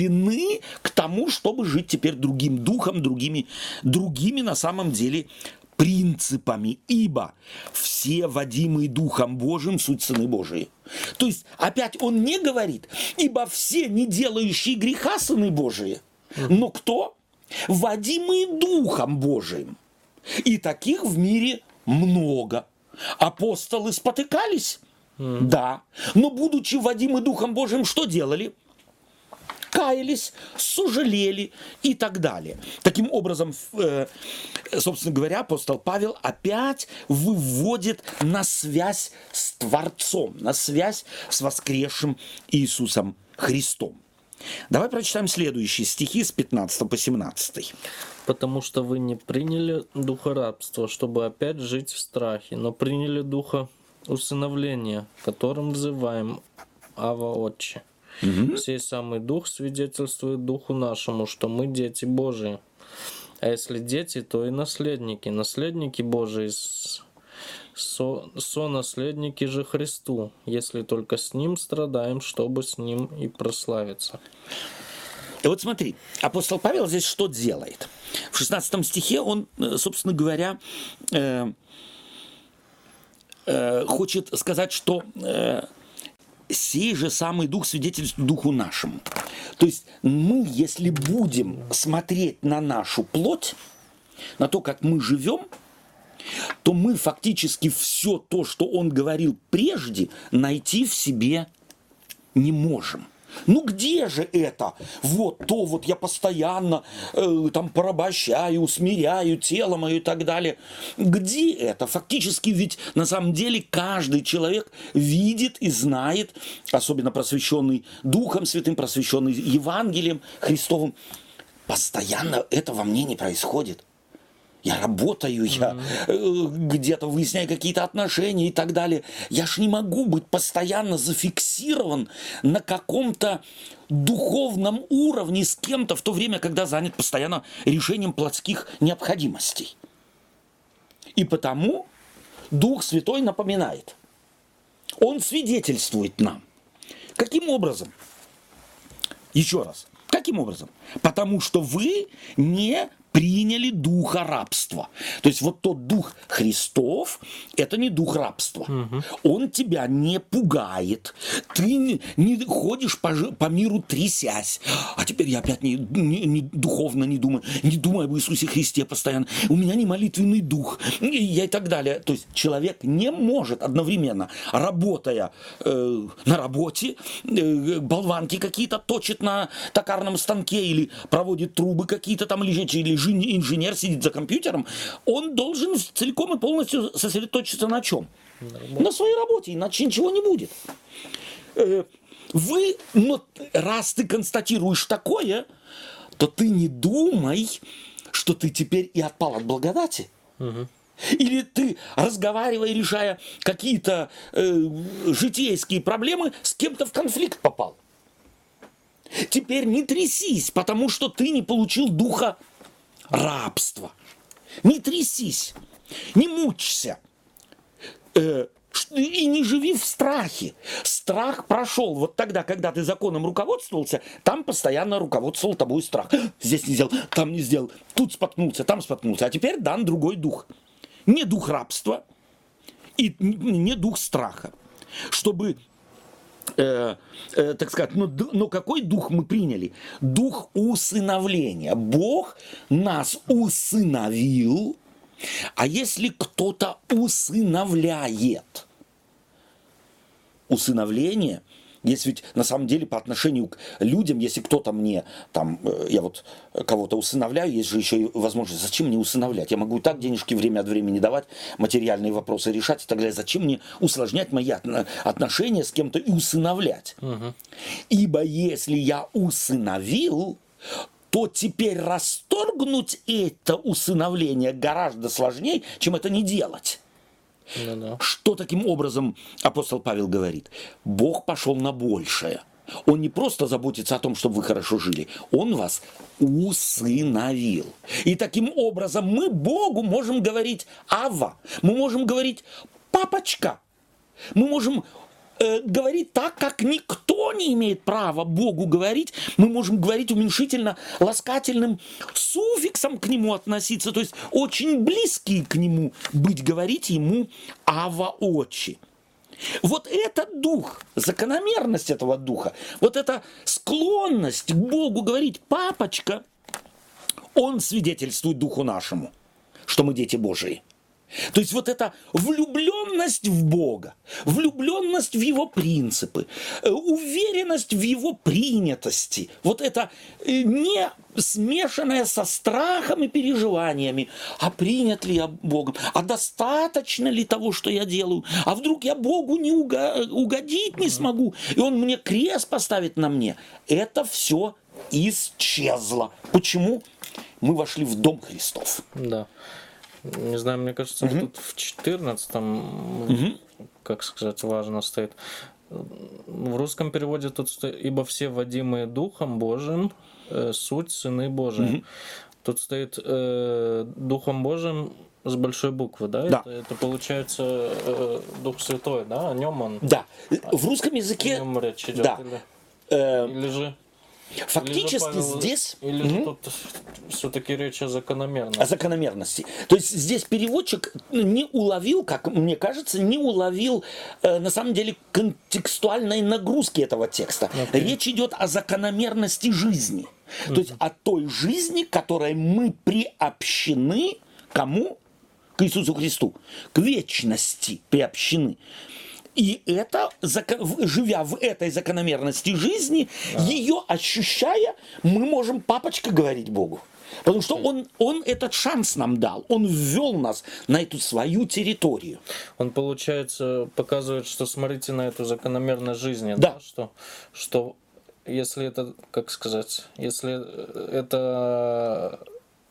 предопределены к тому, чтобы жить теперь другим духом, другими на самом деле принципами, ибо все водимые Духом Божиим суть сыны Божии. То есть, опять он не говорит, ибо все не делающие греха сыны Божии, но кто? Водимые Духом Божиим. И таких в мире много. Апостолы спотыкались? Да. Но будучи водимы Духом Божиим, что делали? Каялись, сожалели и так далее. Таким образом, собственно говоря, апостол Павел опять выводит на связь с Творцом, на связь с воскресшим Иисусом Христом. Давай прочитаем следующие стихи с 15 по 17. «Потому что вы не приняли духа рабства, чтобы опять жить в страхе, но приняли духа усыновления, которым взываем Ава Отче. Сей самый Дух свидетельствует Духу нашему, что мы дети Божии. А если дети, то и наследники, наследники Божии, сонаследники же Христу, если только с Ним страдаем, чтобы с Ним и прославиться». И вот смотри, апостол Павел здесь что делает? В 16 стихе он, собственно говоря, хочет сказать, что сей же самый Дух свидетельствует Духу нашему. То есть мы, если будем смотреть на нашу плоть, на то, как мы живем, то мы фактически все то, что он говорил прежде, найти в себе не можем. Ну где же это? Вот то вот я постоянно там порабощаю, усмиряю тело мое и так далее. Где это? Фактически ведь на самом деле каждый человек видит и знает, особенно просвещенный Духом Святым, просвещенный Евангелием Христовым, постоянно это во мне не происходит. Я работаю, я где-то выясняю какие-то отношения и так далее. Я ж не могу быть постоянно зафиксирован на каком-то духовном уровне с кем-то, в то время, когда занят постоянно решением плотских необходимостей. И потому Дух Святой напоминает. Он свидетельствует нам. Каким образом? Еще раз. Каким образом? Потому что вы не приняли духа рабства. То есть вот тот дух Христов, это не дух рабства. Он тебя не пугает. Ты не ходишь по миру трясясь. А теперь я опять духовно не думаю об Иисусе Христе постоянно. У меня не молитвенный дух. И так далее. То есть человек не может одновременно, работая на работе, болванки какие-то точит на токарном станке или проводит трубы какие-то там, или инженер сидит за компьютером, он должен целиком и полностью сосредоточиться на чем? На своей работе, иначе ничего не будет. Но раз ты констатируешь такое, то ты не думай, что ты теперь и отпал от благодати. Или ты, разговаривая, решая какие-то житейские проблемы, с кем-то в конфликт попал. Теперь не трясись, потому что ты не получил духа рабства. Не трясись, не мучься и не живи в страхе. Страх прошел. Вот тогда, когда ты законом руководствовался, там постоянно руководствовал тобой страх. Здесь не сделал, там не сделал, тут споткнулся, там споткнулся. А теперь дан другой дух. Не дух рабства и не дух страха. Чтобы так сказать, но какой дух мы приняли? Дух усыновления. Бог нас усыновил, а если кто-то усыновляет, усыновление, если ведь на самом деле по отношению к людям, если кто-то мне, там, я вот кого-то усыновляю, есть же еще и возможность, зачем мне усыновлять? Я могу и так денежки время от времени давать, материальные вопросы решать и так далее. Зачем мне усложнять мои отношения с кем-то и усыновлять? Ибо если я усыновил, то теперь расторгнуть это усыновление гораздо сложнее, чем это не делать. Что таким образом апостол Павел говорит? Бог пошел на большее. Он не просто заботится о том, чтобы вы хорошо жили, Он вас усыновил. И таким образом мы Богу можем говорить «Ава», мы можем говорить «Папочка», мы можем говорить так, как никто нами имеет право Богу говорить, мы можем говорить уменьшительно-ласкательным суффиксом к Нему относиться, то есть очень близкие к Нему быть, говорить Ему «Ава Отче». Вот этот дух, закономерность этого духа, вот эта склонность к Богу говорить «папочка», он свидетельствует духу нашему, что мы дети Божии. То есть вот эта влюбленность в Бога, влюбленность в Его принципы, уверенность в Его принятости, вот это не смешанное со страхом и переживаниями, а принят ли я Богом, а достаточно ли того, что я делаю, а вдруг я Богу не угодить не смогу, и Он мне крест поставит на мне. Это все исчезло. Почему? Мы вошли в дом Христов. Да. Не знаю, мне кажется, тут в 14-м, как сказать, важно стоит. В русском переводе тут стоит: «Ибо все водимые Духом Божиим, суть сыны Божии». Тут стоит Духом Божиим с большой буквы, да? Да. Это получается Дух Святой, да? О нем он. Да. В русском языке. О нем речь идет. Да. Или же. Фактически Павел, здесь... Или же тут все-таки речь о закономерности. О закономерности. То есть здесь переводчик не уловил, как мне кажется, не уловил на самом деле контекстуальной нагрузки этого текста. Речь идет о закономерности жизни. То есть о той жизни, которой мы приобщены кому? К Иисусу Христу. К вечности приобщены. И это, живя в этой закономерности жизни, ее ощущая, мы можем «папочка» говорить Богу. Потому что он этот шанс нам дал. Он ввел нас на эту свою территорию. Он, получается, показывает, что смотрите на эту закономерность жизни. Да. Да? Что если это, как сказать, если это...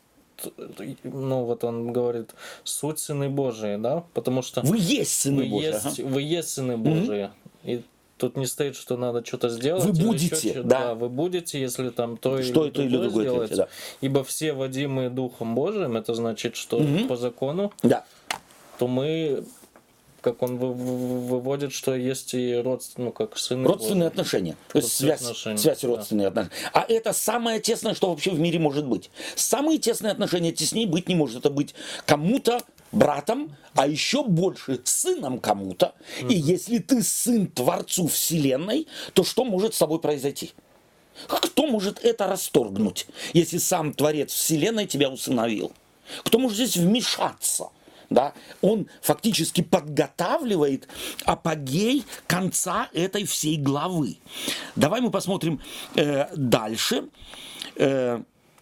Ну, вот он говорит, суть сыны Божии, да? Потому что вы есть сыны Божии. Вы есть сыны Божии. И тут не стоит, что надо что-то сделать. Вы будете, да. Вы будете, если там то или другое сделать. Да. Ибо все водимые Духом Божиим, это значит, что по закону, то мы... Как он выводит, что есть и как сыны родственные Божьи. Отношения. То есть связь родственные отношения. А это самое тесное, что вообще в мире может быть. Самые тесные отношения теснее быть не может. Это быть кому-то братом, а еще больше сыном кому-то. И если ты сын Творцу Вселенной, то что может с тобой произойти? Кто может это расторгнуть, если сам Творец Вселенной тебя усыновил? Кто может здесь вмешаться? Да, он фактически подготавливает апогей конца этой всей главы. Давай мы посмотрим дальше. А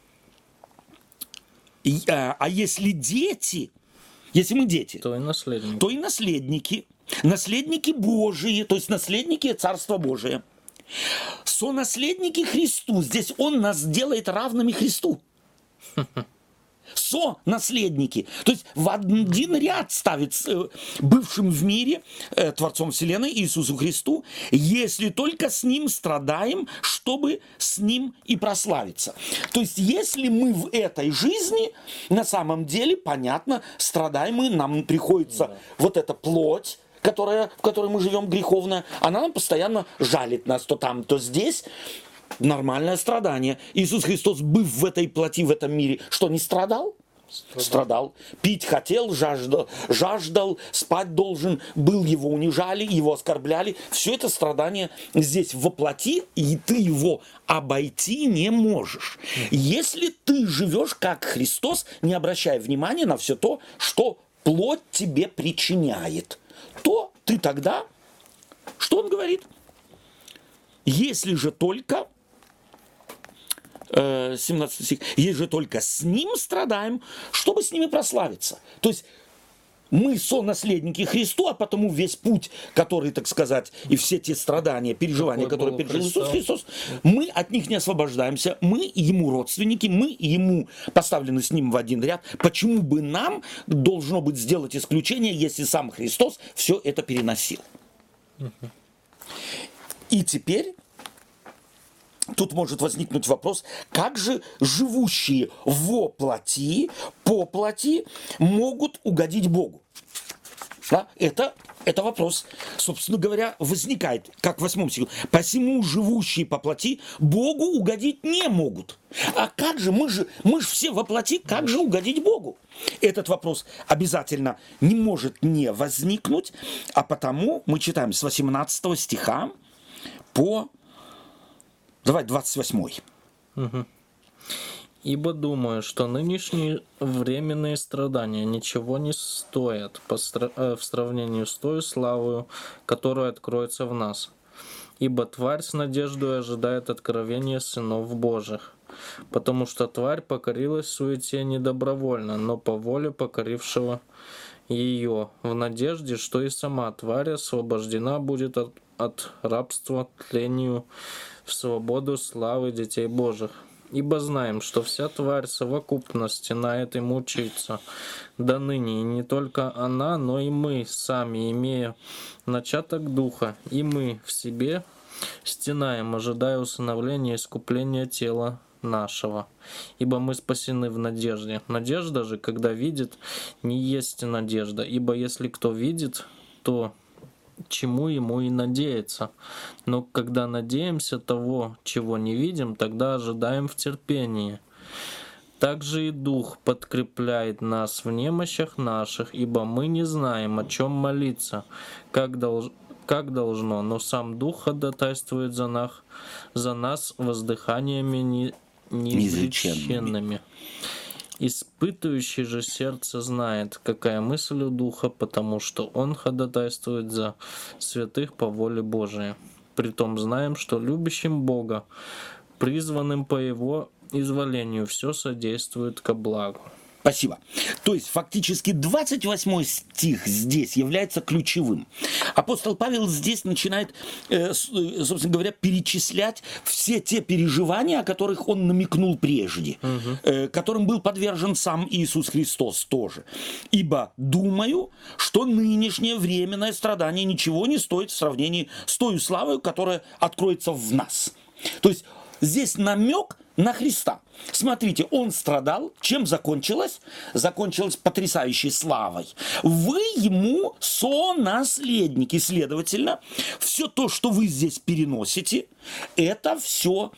если дети, если мы дети, то и наследники. То и наследники. Наследники Божии, то есть наследники Царства Божия. Сонаследники Христу. Здесь Он нас делает равными Христу. Со-наследники. То есть в один ряд ставит бывшим в мире Творцом Вселенной Иисусу Христу, если только с Ним страдаем, чтобы с Ним и прославиться. То есть если мы в этой жизни, на самом деле, понятно, страдаем мы, нам приходится вот эта плоть, в которой мы живем, греховная, она нам постоянно жалит нас то там, то здесь. Нормальное страдание. Иисус Христос, быв в этой плоти, в этом мире, что, не страдал? Страдал. Пить хотел, жаждал, спать должен был, его унижали, его оскорбляли. Все это страдание здесь во плоти, и ты его обойти не можешь. Если ты живешь как Христос, не обращая внимания на все то, что плоть тебе причиняет, то ты тогда, что он говорит? Если же только 17 стих. «Есть же только с Ним страдаем, чтобы с ними прославиться». То есть мы сонаследники Христу, а потому весь путь, который, так сказать, и все те страдания, переживания, которые пережил Иисус Христос, мы от них не освобождаемся. Мы Ему родственники, мы Ему поставлены с Ним в один ряд. Почему бы нам должно быть сделать исключение, если сам Христос все это переносил? И теперь тут может возникнуть вопрос, как же живущие во плоти, по плоти могут угодить Богу? Да? Это вопрос, собственно говоря, возникает, как в 8 стихе. «Посему живущие по плоти Богу угодить не могут». А как же, мы же все во плоти, как же угодить Богу? Этот вопрос обязательно не может не возникнуть, а потому мы читаем с 18 стиха по 28. «Ибо думаю, что нынешние временные страдания ничего не стоят в сравнении с той славою, которая откроется в нас. Ибо тварь с надеждой ожидает откровения сынов Божьих. Потому что тварь покорилась суете не добровольно, но по воле покорившего ее, в надежде, что и сама тварь освобождена будет от рабства тлению в свободу славы детей Божьих. Ибо знаем, что вся тварь совокупности на этой мучается до ныне, и не только она, но и мы сами, имея начаток духа, и мы в себе стенаем, ожидая усыновления и искупления тела нашего. Ибо мы спасены в надежде. Надежда же, когда видит, не есть надежда. Ибо если кто видит, то чему ему и надеяться. Но когда надеемся того, чего не видим, тогда ожидаем в терпении. Также и Дух подкрепляет нас в немощах наших, ибо мы не знаем, о чем молиться, как должно, но сам Дух ходатайствует за нас воздыханиями неизреченными. Испытывающий же сердце знает, какая мысль у Духа, потому что он ходатайствует за святых по воле Божией. Притом знаем, что любящим Бога, призванным по Его изволению, все содействует ко благу. Спасибо. То есть, фактически, 28 стих здесь является ключевым. Апостол Павел здесь начинает, собственно говоря, перечислять все те переживания, о которых он намекнул прежде, которым был подвержен сам Иисус Христос тоже. «Ибо думаю, что нынешнее временное страдание ничего не стоит в сравнении с той славой, которая откроется в нас». То есть, здесь намек на Христа. Смотрите, он страдал. Чем закончилось? Закончилось потрясающей славой. Вы ему сонаследники. Следовательно, все то, что вы здесь переносите, это все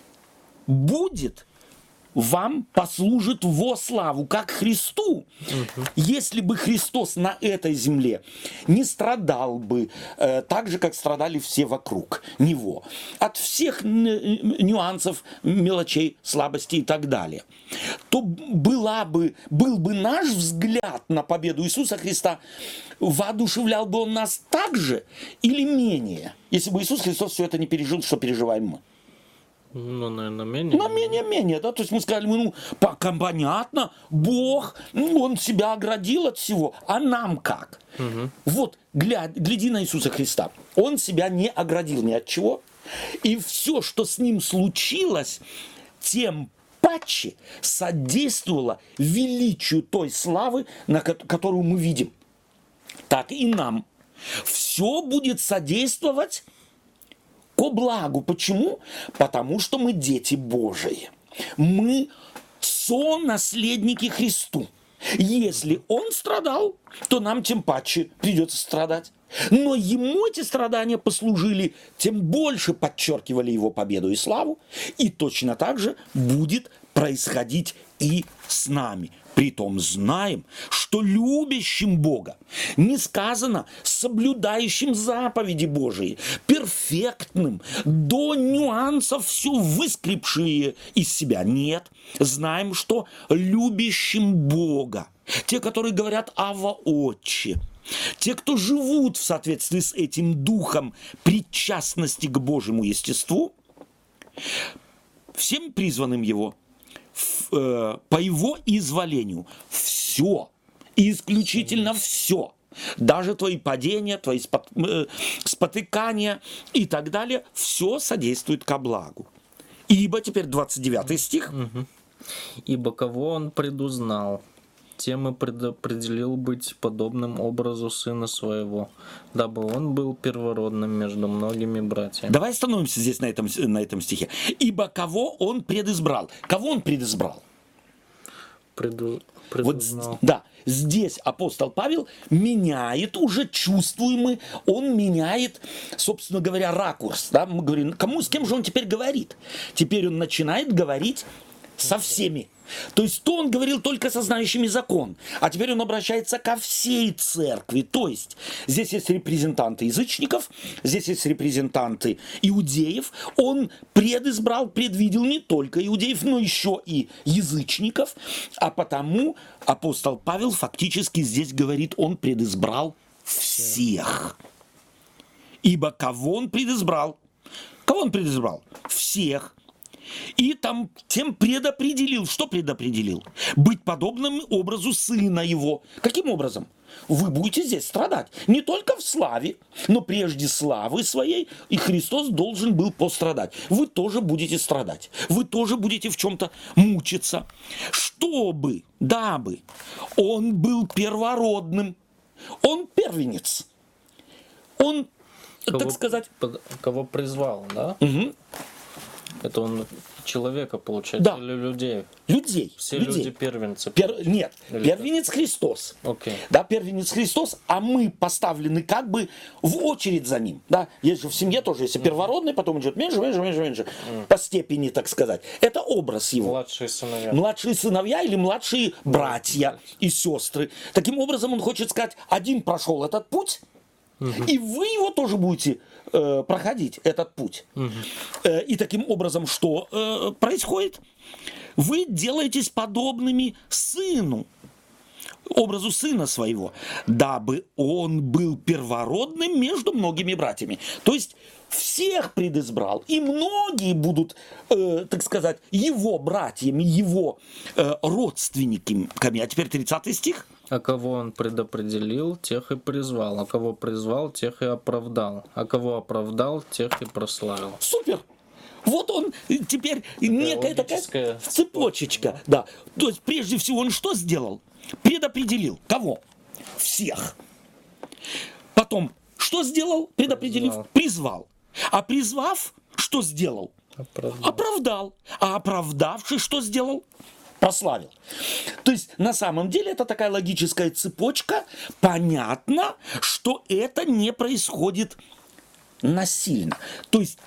будет вам послужит во славу, как Христу. Если бы Христос на этой земле не страдал бы так же, как страдали все вокруг Него, от всех нюансов, мелочей, слабостей и так далее, то был бы наш взгляд на победу Иисуса Христа, воодушевлял бы он нас так же или менее, если бы Иисус Христос все это не пережил, что переживаем мы. Ну, наверное, менее. Ну, менее, да. То есть мы сказали, пока понятно, Бог, Он себя оградил от всего. А нам как? Вот, гляди на Иисуса Христа. Он себя не оградил ни от чего. И все, что с Ним случилось, тем паче содействовало величию той славы, которую мы видим. Так и нам. Все будет содействовать ко благу. Почему? Потому что мы дети Божии. Мы сонаследники Христу. Если Он страдал, то нам тем паче придется страдать. Но Ему эти страдания послужили, тем больше подчеркивали Его победу и славу. И точно так же будет происходить и с нами. Притом знаем, что любящим Бога не сказано соблюдающим заповеди Божии, перфектным, до нюансов все выскребшие из себя. Нет, знаем, что любящим Бога, те, которые говорят «Ава, Отче», те, кто живут в соответствии с этим духом причастности к Божьему естеству, всем призванным Его, по Его изволению, все, исключительно все, даже твои падения, твои спотыкания и так далее, все содействует ко благу. Ибо, теперь 29 стих. «Ибо кого Он предузнал, тем и предопределил быть подобным образу Сына Своего, дабы Он был первородным между многими братьями». Давай остановимся здесь на этом стихе. «Ибо кого Он предизбрал». Кого Он предизбрал? предузнал. Да, здесь апостол Павел меняет уже чувствуемый, он меняет, собственно говоря, ракурс. Да? Мы говорим, с кем же он теперь говорит? Теперь он начинает говорить со всеми. То есть то он говорил только со знающими закон, а теперь он обращается ко всей церкви. То есть здесь есть репрезентанты язычников, здесь есть репрезентанты иудеев. Он предвидел не только иудеев, но еще и язычников. А потому апостол Павел фактически здесь говорит, он предизбрал всех. Ибо кого он предизбрал? Кого он предизбрал? Всех. И тем предопределил. Что предопределил? Быть подобным образу сына его. Каким образом? Вы будете здесь страдать. Не только в славе, но прежде славы своей, и Христос должен был пострадать. Вы тоже будете страдать. Вы тоже будете в чем-то мучиться. Дабы он был первородным. Он первенец. Он, так сказать... Кого призвал, да? Угу. Это он человека, получается, да. Или людей? Людей. Все людей. люди первенцы. Нет, или первенец как? Христос. Okay. Да, первенец Христос, а мы поставлены как бы в очередь за ним. Да? Есть же в семье тоже, если первородный, потом идет меньше, по степени, так сказать. Это образ его. Младшие сыновья. Младшие сыновья или младшие братья и сестры. Таким образом, он хочет сказать, один прошел этот путь, и вы его тоже будете проходить, этот путь. И таким образом, что происходит? Вы делаетесь подобными сыну, образу сына своего, дабы он был первородным между многими братьями. То есть всех предизбрал, и многие будут, так сказать, его братьями, его родственниками. А теперь 30 стих. А кого он предопределил, тех и призвал. А кого призвал, тех и оправдал. А кого оправдал, тех и прославил. Супер! Вот он теперь некая такая цепочечка. Да. То есть прежде всего он что сделал? Предопределил. Кого? Всех. Потом что сделал? Предопределив? Призвал. А призвав, что сделал? Оправдал. А оправдавший что сделал? Прославил. То есть на самом деле это такая логическая цепочка. Понятно, что это не происходит насильно. То есть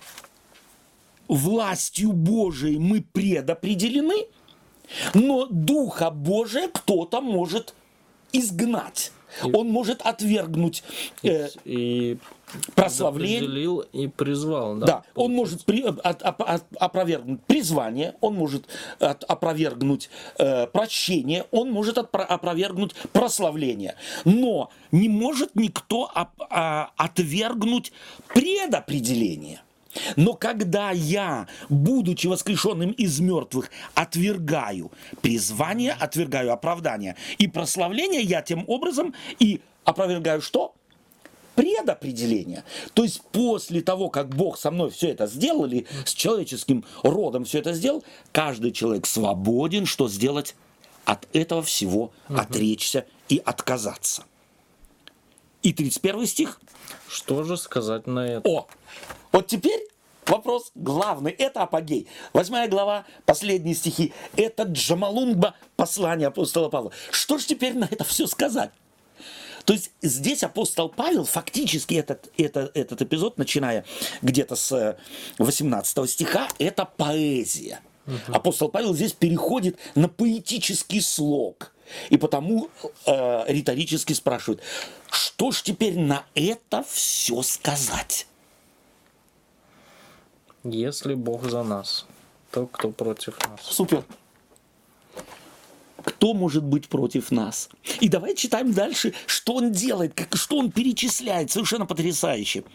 властью Божией мы предопределены, но Духа Божия кто-то может изгнать. Он может отвергнуть и прославление. Определил и призвал. Да, да, он может опровергнуть призвание, он может опровергнуть прощение, он может опровергнуть прославление. Но не может никто отвергнуть предопределение. Но когда я, будучи воскрешенным из мертвых, отвергаю призвание, отвергаю оправдание и прославление, я тем образом и опровергаю что? Предопределение. То есть после того, как Бог со мной все это сделал, или с человеческим родом все это сделал, каждый человек свободен, что сделать? От этого всего отречься и отказаться. И 31 стих. Что же сказать на это? Вот теперь вопрос главный. Это апогей. 8 глава, последние стихи. Это Джамалунгба, послание апостола Павла. Что же теперь на это все сказать? То есть здесь апостол Павел, фактически этот эпизод, начиная где-то с 18 стиха, это поэзия. Апостол Павел здесь переходит на поэтический слог. И потому риторически спрашивает, что ж теперь на это все сказать? Если Бог за нас, то кто против нас? Супер. Кто может быть против нас? И давай читаем дальше, что он делает, что он перечисляет, совершенно потрясающе.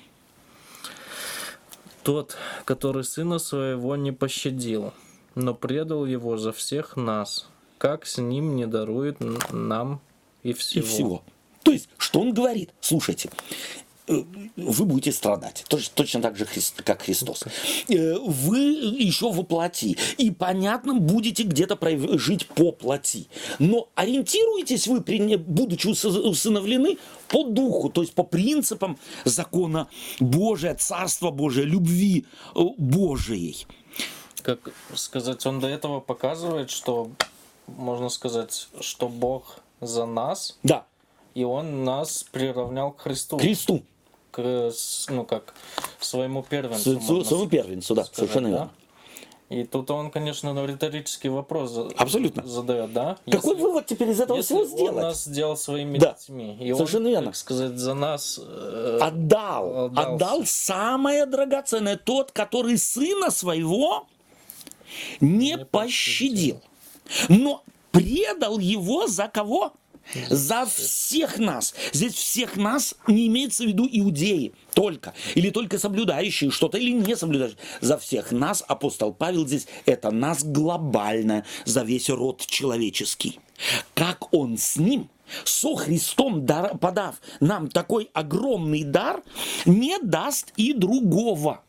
Тот, который сына своего не пощадил, но предал его за всех нас, как с ним не дарует нам и всего. И всего. То есть, что он говорит? Слушайте, вы будете страдать, точно так же, как Христос. Вы еще во плоти, и, понятно, будете где-то жить по плоти. Но ориентируетесь вы, будучи усыновлены, по духу, то есть по принципам закона Божия, Царства Божия, любви Божией. Как сказать, он до этого показывает, что можно сказать, что Бог за нас, Да, и Он нас приравнял к Христу. к Христу, Ну, как своему первенцу. можно своему первенцу, да, сказать, совершенно да? верно. И тут он, конечно, риторический вопрос Абсолютно. задает, да? Какой вывод теперь из этого если всего он сделать? нас сделал своими Да, детьми, и совершенно он, верно. так сказать, за нас Отдал самое драгоценное, тот, который сына своего не пощадил, но предал его за кого? За всех нас. Здесь всех нас не имеется в виду иудеи только, или только соблюдающие что-то, или не соблюдающие. За всех нас, апостол Павел здесь, это нас глобально, за весь род человеческий. Как он с ним, со Христом, подав нам такой огромный дар, не даст и другого.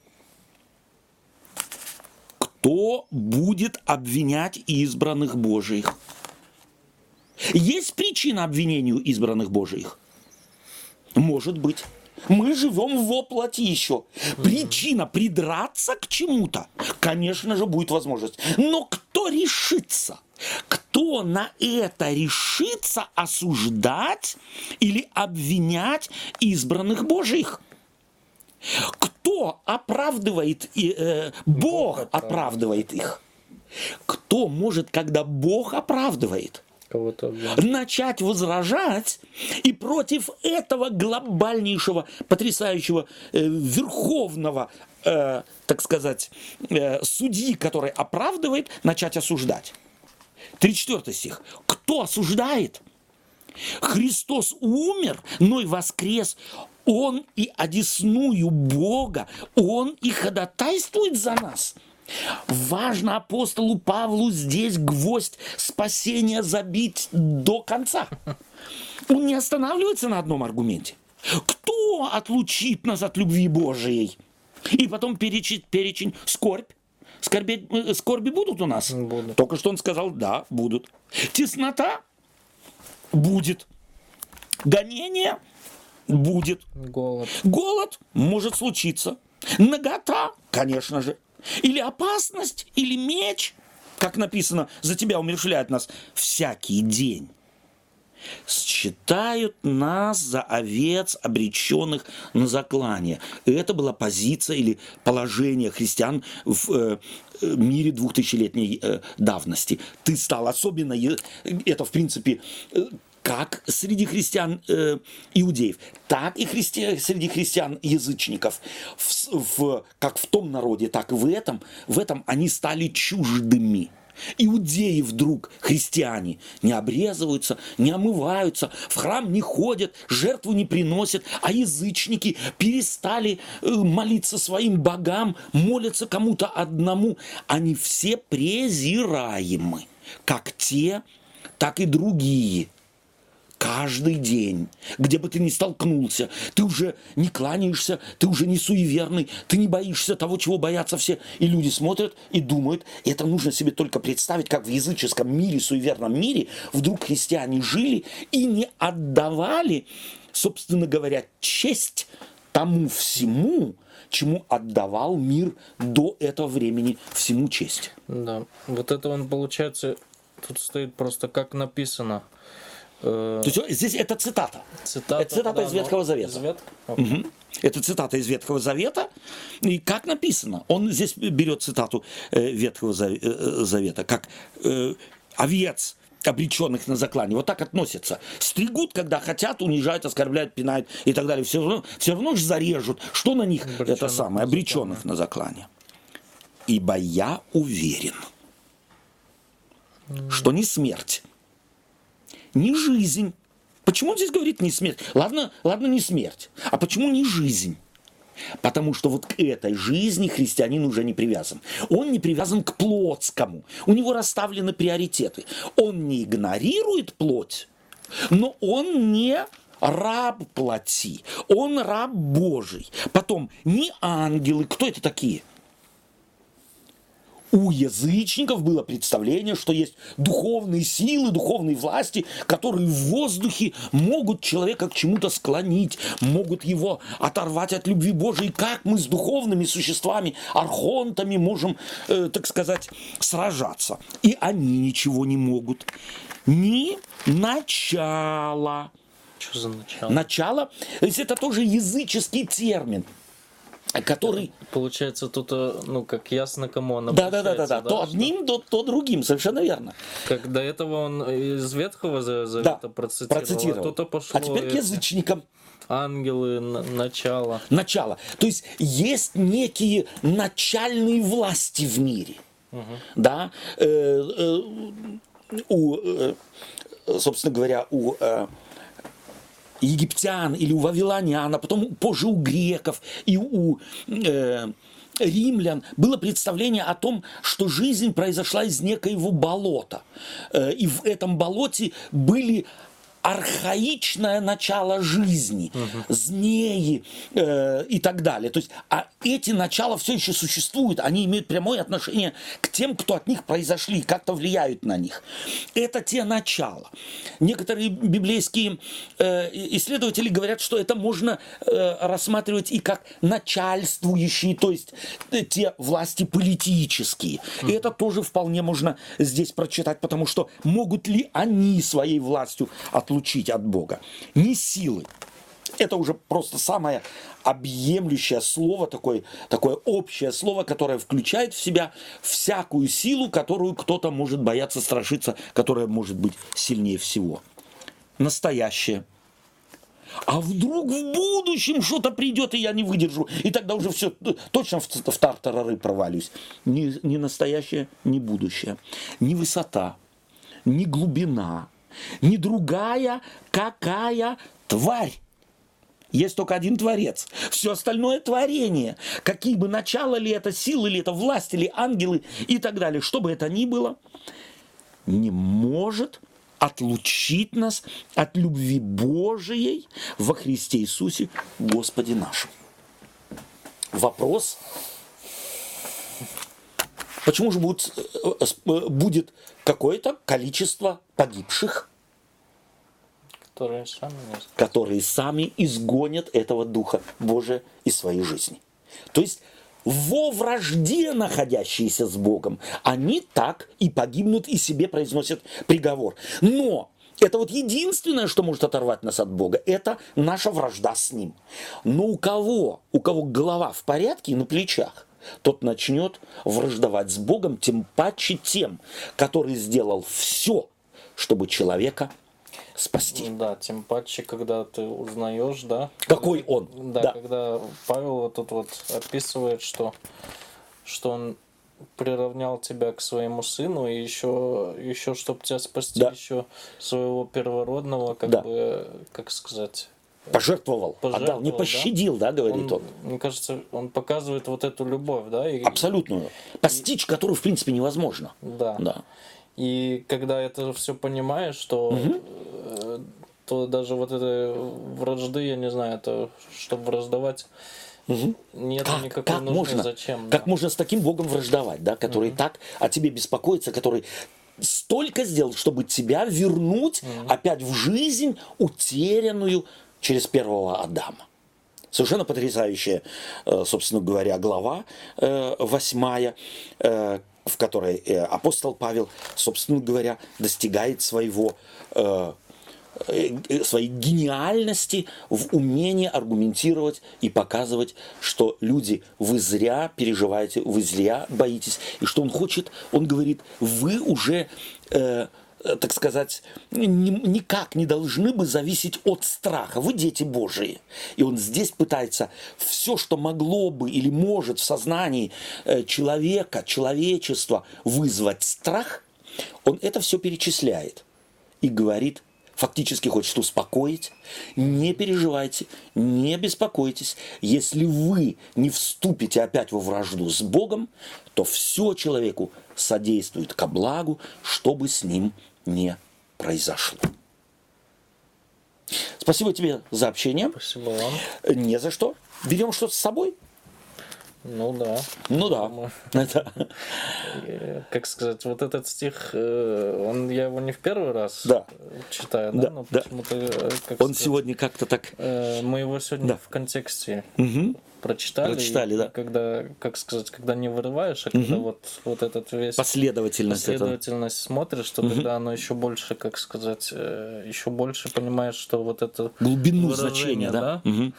Кто будет обвинять избранных Божиих? Есть причина обвинению избранных Божиих? Может быть. Мы живем во плоти еще. Причина придраться к чему-то, конечно же, будет возможность. Но кто решится? Кто на это решится осуждать или обвинять избранных Божиих? Кто оправдывает? Бог оправдывает их. Кто может, когда Бог оправдывает, начать возражать и против этого глобальнейшего, потрясающего, верховного, так сказать, судьи, который оправдывает, начать осуждать? 34 стих. Кто осуждает? Христос умер, но и воскрес. Он и одесную Бога, Он и ходатайствует за нас. Важно апостолу Павлу здесь гвоздь спасения забить до конца. Он не останавливается на одном аргументе. Кто отлучит нас от любви Божией? И потом перечень скорбь. Скорби будут у нас? Будут. Только что он сказал, да, будут. Теснота? Будет. Гонение? Будет. Голод может случиться. Нагота? Конечно же. Или опасность, или меч, как написано, за тебя умерщвляют нас всякий день. Считают нас за овец, обреченных на заклание. И это была позиция или положение христиан в мире 2000-летней давности. Ты стал особенно, это в принципе как среди христиан иудеев, так и среди христиан язычников. Как в том народе, так и в этом они стали чуждыми. Иудеи вдруг, христиане, не обрезываются, не омываются, в храм не ходят, жертву не приносят, а язычники перестали молиться своим богам, молятся кому-то одному. Они все презираемы, как те, так и другие. Каждый день, где бы ты ни столкнулся, ты уже не кланяешься, ты уже не суеверный, ты не боишься того, чего боятся все. И люди смотрят и думают, и это нужно себе только представить, как в языческом мире, суеверном мире, вдруг христиане жили и не отдавали, собственно говоря, честь тому всему, чему отдавал мир до этого времени, всему честь. Да, вот это он, получается, тут стоит просто как написано. То есть здесь это цитата. Это цитата да, из Ветхого Завета. Угу. Это цитата из Ветхого Завета. И как написано, он здесь берет цитату Ветхого Завета, как овец, обреченных на заклание. Вот так относятся. Стригут, когда хотят, унижают, оскорбляют, пинают и так далее. Все равно же зарежут. Что на них? Это самое, обреченных на заклание. Ибо я уверен, что не смерть, не жизнь. Почему он здесь говорит не смерть? Ладно, не смерть. А почему не жизнь? Потому что вот к этой жизни христианин уже не привязан. Он не привязан к плотскому. У него расставлены приоритеты. Он не игнорирует плоть, но он не раб плоти. Он раб Божий. Потом, не ангелы. Кто это такие? У язычников было представление, что есть духовные силы, духовные власти, которые в воздухе могут человека к чему-то склонить, могут его оторвать от любви Божией. Как мы с духовными существами, архонтами можем, так сказать, сражаться? И они ничего не могут. Ни начала. Что за начало? Начало, то есть это тоже языческий термин, который... Получается, тут, ну, как ясно, кому он Да. обращается, То одним, то другим, совершенно верно. Как до этого он из Ветхого Завета процитировал, а тут пошло А теперь к язычникам. ангелы, начало. Начало. То есть есть некие начальные власти в мире. Да? Собственно говоря, у египтян или у вавилонян, а потом позже у греков и у римлян было представление о том, что жизнь произошла из некоего болота. И в этом болоте были архаичное начало жизни, змеи и так далее. То есть, а эти начала все еще существуют, они имеют прямое отношение к тем, кто от них произошли, как-то влияют на них. Это те начала. Некоторые библейские исследователи говорят, что это можно рассматривать и как начальствующие, то есть те власти политические. И это тоже вполне можно здесь прочитать, потому что могут ли они своей властью отлучить от Бога? Не силы. Это уже просто самое объемлющее слово, такое общее слово, которое включает в себя всякую силу, которую кто-то может бояться, страшиться, которая может быть сильнее всего. Настоящее. А вдруг в будущем что-то придет, и я не выдержу, и тогда уже все точно в тартарары провалюсь. Ни настоящее, ни будущее, ни высота, ни глубина, ни другая какая тварь. Есть только один Творец. Все остальное творение. Какие бы начало ли это, силы ли это, власти ли, ангелы и так далее, что бы это ни было, не может отлучить нас от любви Божией во Христе Иисусе Господе нашем. Вопрос: почему же будет какое-то количество погибших, которые сами изгонят этого Духа Божия из своей жизни? То есть во вражде находящиеся с Богом, они так и погибнут, и себе произносят приговор. Но это вот единственное, что может оторвать нас от Бога, это наша вражда с Ним. Но у кого голова в порядке и на плечах, тот начнет враждовать с Богом, тем паче тем, который сделал все, чтобы человека спасти. Да, тем паче, когда ты узнаешь, да. Какой он. Да, когда Павел вот тут вот описывает, что он приравнял тебя к своему сыну, и еще чтобы тебя спасти, еще своего первородного, как сказать... Пожертвовал, отдал, не пощадил, да, говорит он. Мне кажется, он показывает вот эту любовь, да. Абсолютную. Постичь которую, в принципе, невозможно. Да. И когда это все понимаешь, то даже вот этой вражды, я не знаю, это чтобы враждовать, нет никакой нужды. Зачем? Как можно с таким Богом враждовать, да, который так о тебе беспокоится, который столько сделал, чтобы тебя вернуть опять в жизнь, утерянную через первого Адама. Совершенно потрясающая, собственно говоря, глава 8, в которой апостол Павел, собственно говоря, достигает своей гениальности в умении аргументировать и показывать, что люди, вы зря переживаете, вы зря боитесь, и что он хочет, он говорит, вы уже... так сказать, никак не должны бы зависеть от страха. Вы дети Божии. И он здесь пытается все, что могло бы или может в сознании человека, человечества вызвать страх, он это все перечисляет и говорит, фактически хочет успокоить: не переживайте, не беспокойтесь. Если вы не вступите опять во вражду с Богом, то все человеку содействует ко благу, чтобы с ним не произошло. Спасибо тебе за общение. Спасибо вам. Не за что. Берем что-то с собой. Ну да. Ну да. Это- Как сказать, вот этот стих, я его не в первый раз Да. читаю, Да, да, но да. почему-то, как Он сказать, сегодня как-то так... мы его сегодня Да. в контексте Мгм. прочитали, Прочитали, и да. когда, как сказать, когда не вырываешь, а когда вот этот весь Последовательность это. последовательность смотришь, то тогда оно еще больше, как сказать, еще больше понимаешь, что вот это Глубину выражение, значения, да? Мгм.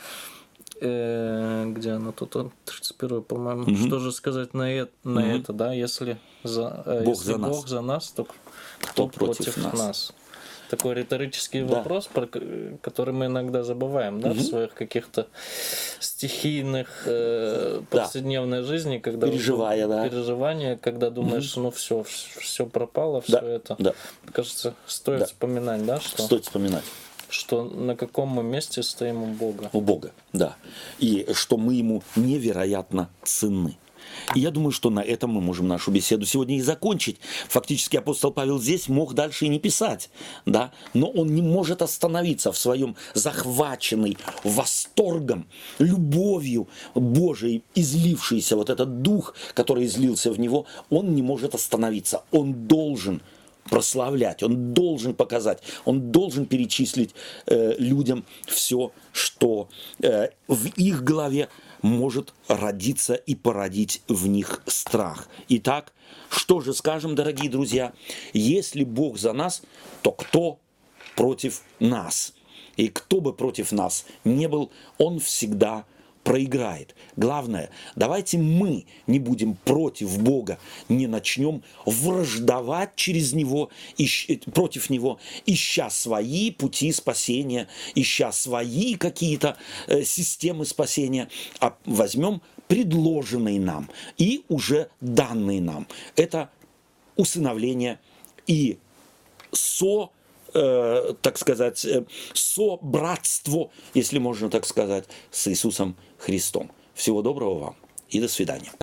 Где оно тут, 31, по-моему. Что же сказать на это, да? Если Бог если за нас. Бог за нас, то Кто кто против против нас? нас? Такой риторический Да. вопрос, который мы иногда забываем, да, в своих каких-то стихийных повседневной жизни, когда Переживая, да. переживания, когда думаешь, ну все пропало, все Да, это. да. Кажется, стоит Да. вспоминать, да, Стоит вспоминать. что на каком мы месте стоим у Бога. У Бога, да. И что мы Ему невероятно ценны. И я думаю, что на этом мы можем нашу беседу сегодня и закончить. Фактически апостол Павел здесь мог дальше и не писать, да, но он не может остановиться в своем захваченный восторгом, любовью Божией, излившийся вот этот дух, который излился в него, он не может остановиться. Он должен прославлять, он должен показать, он должен перечислить людям все, что в их голове может родиться и породить в них страх. Итак, что же скажем, дорогие друзья, если Бог за нас, то кто против нас? И кто бы против нас не был, он всегда проиграет. Главное, давайте мы не будем против Бога, не начнем враждовать через Него, против Него, ища свои пути спасения, ища свои какие-то системы спасения, а возьмем предложенные нам и уже данные нам. Это усыновление и так сказать, собратство, если можно так сказать, с Иисусом Христом. Всего доброго вам и до свидания.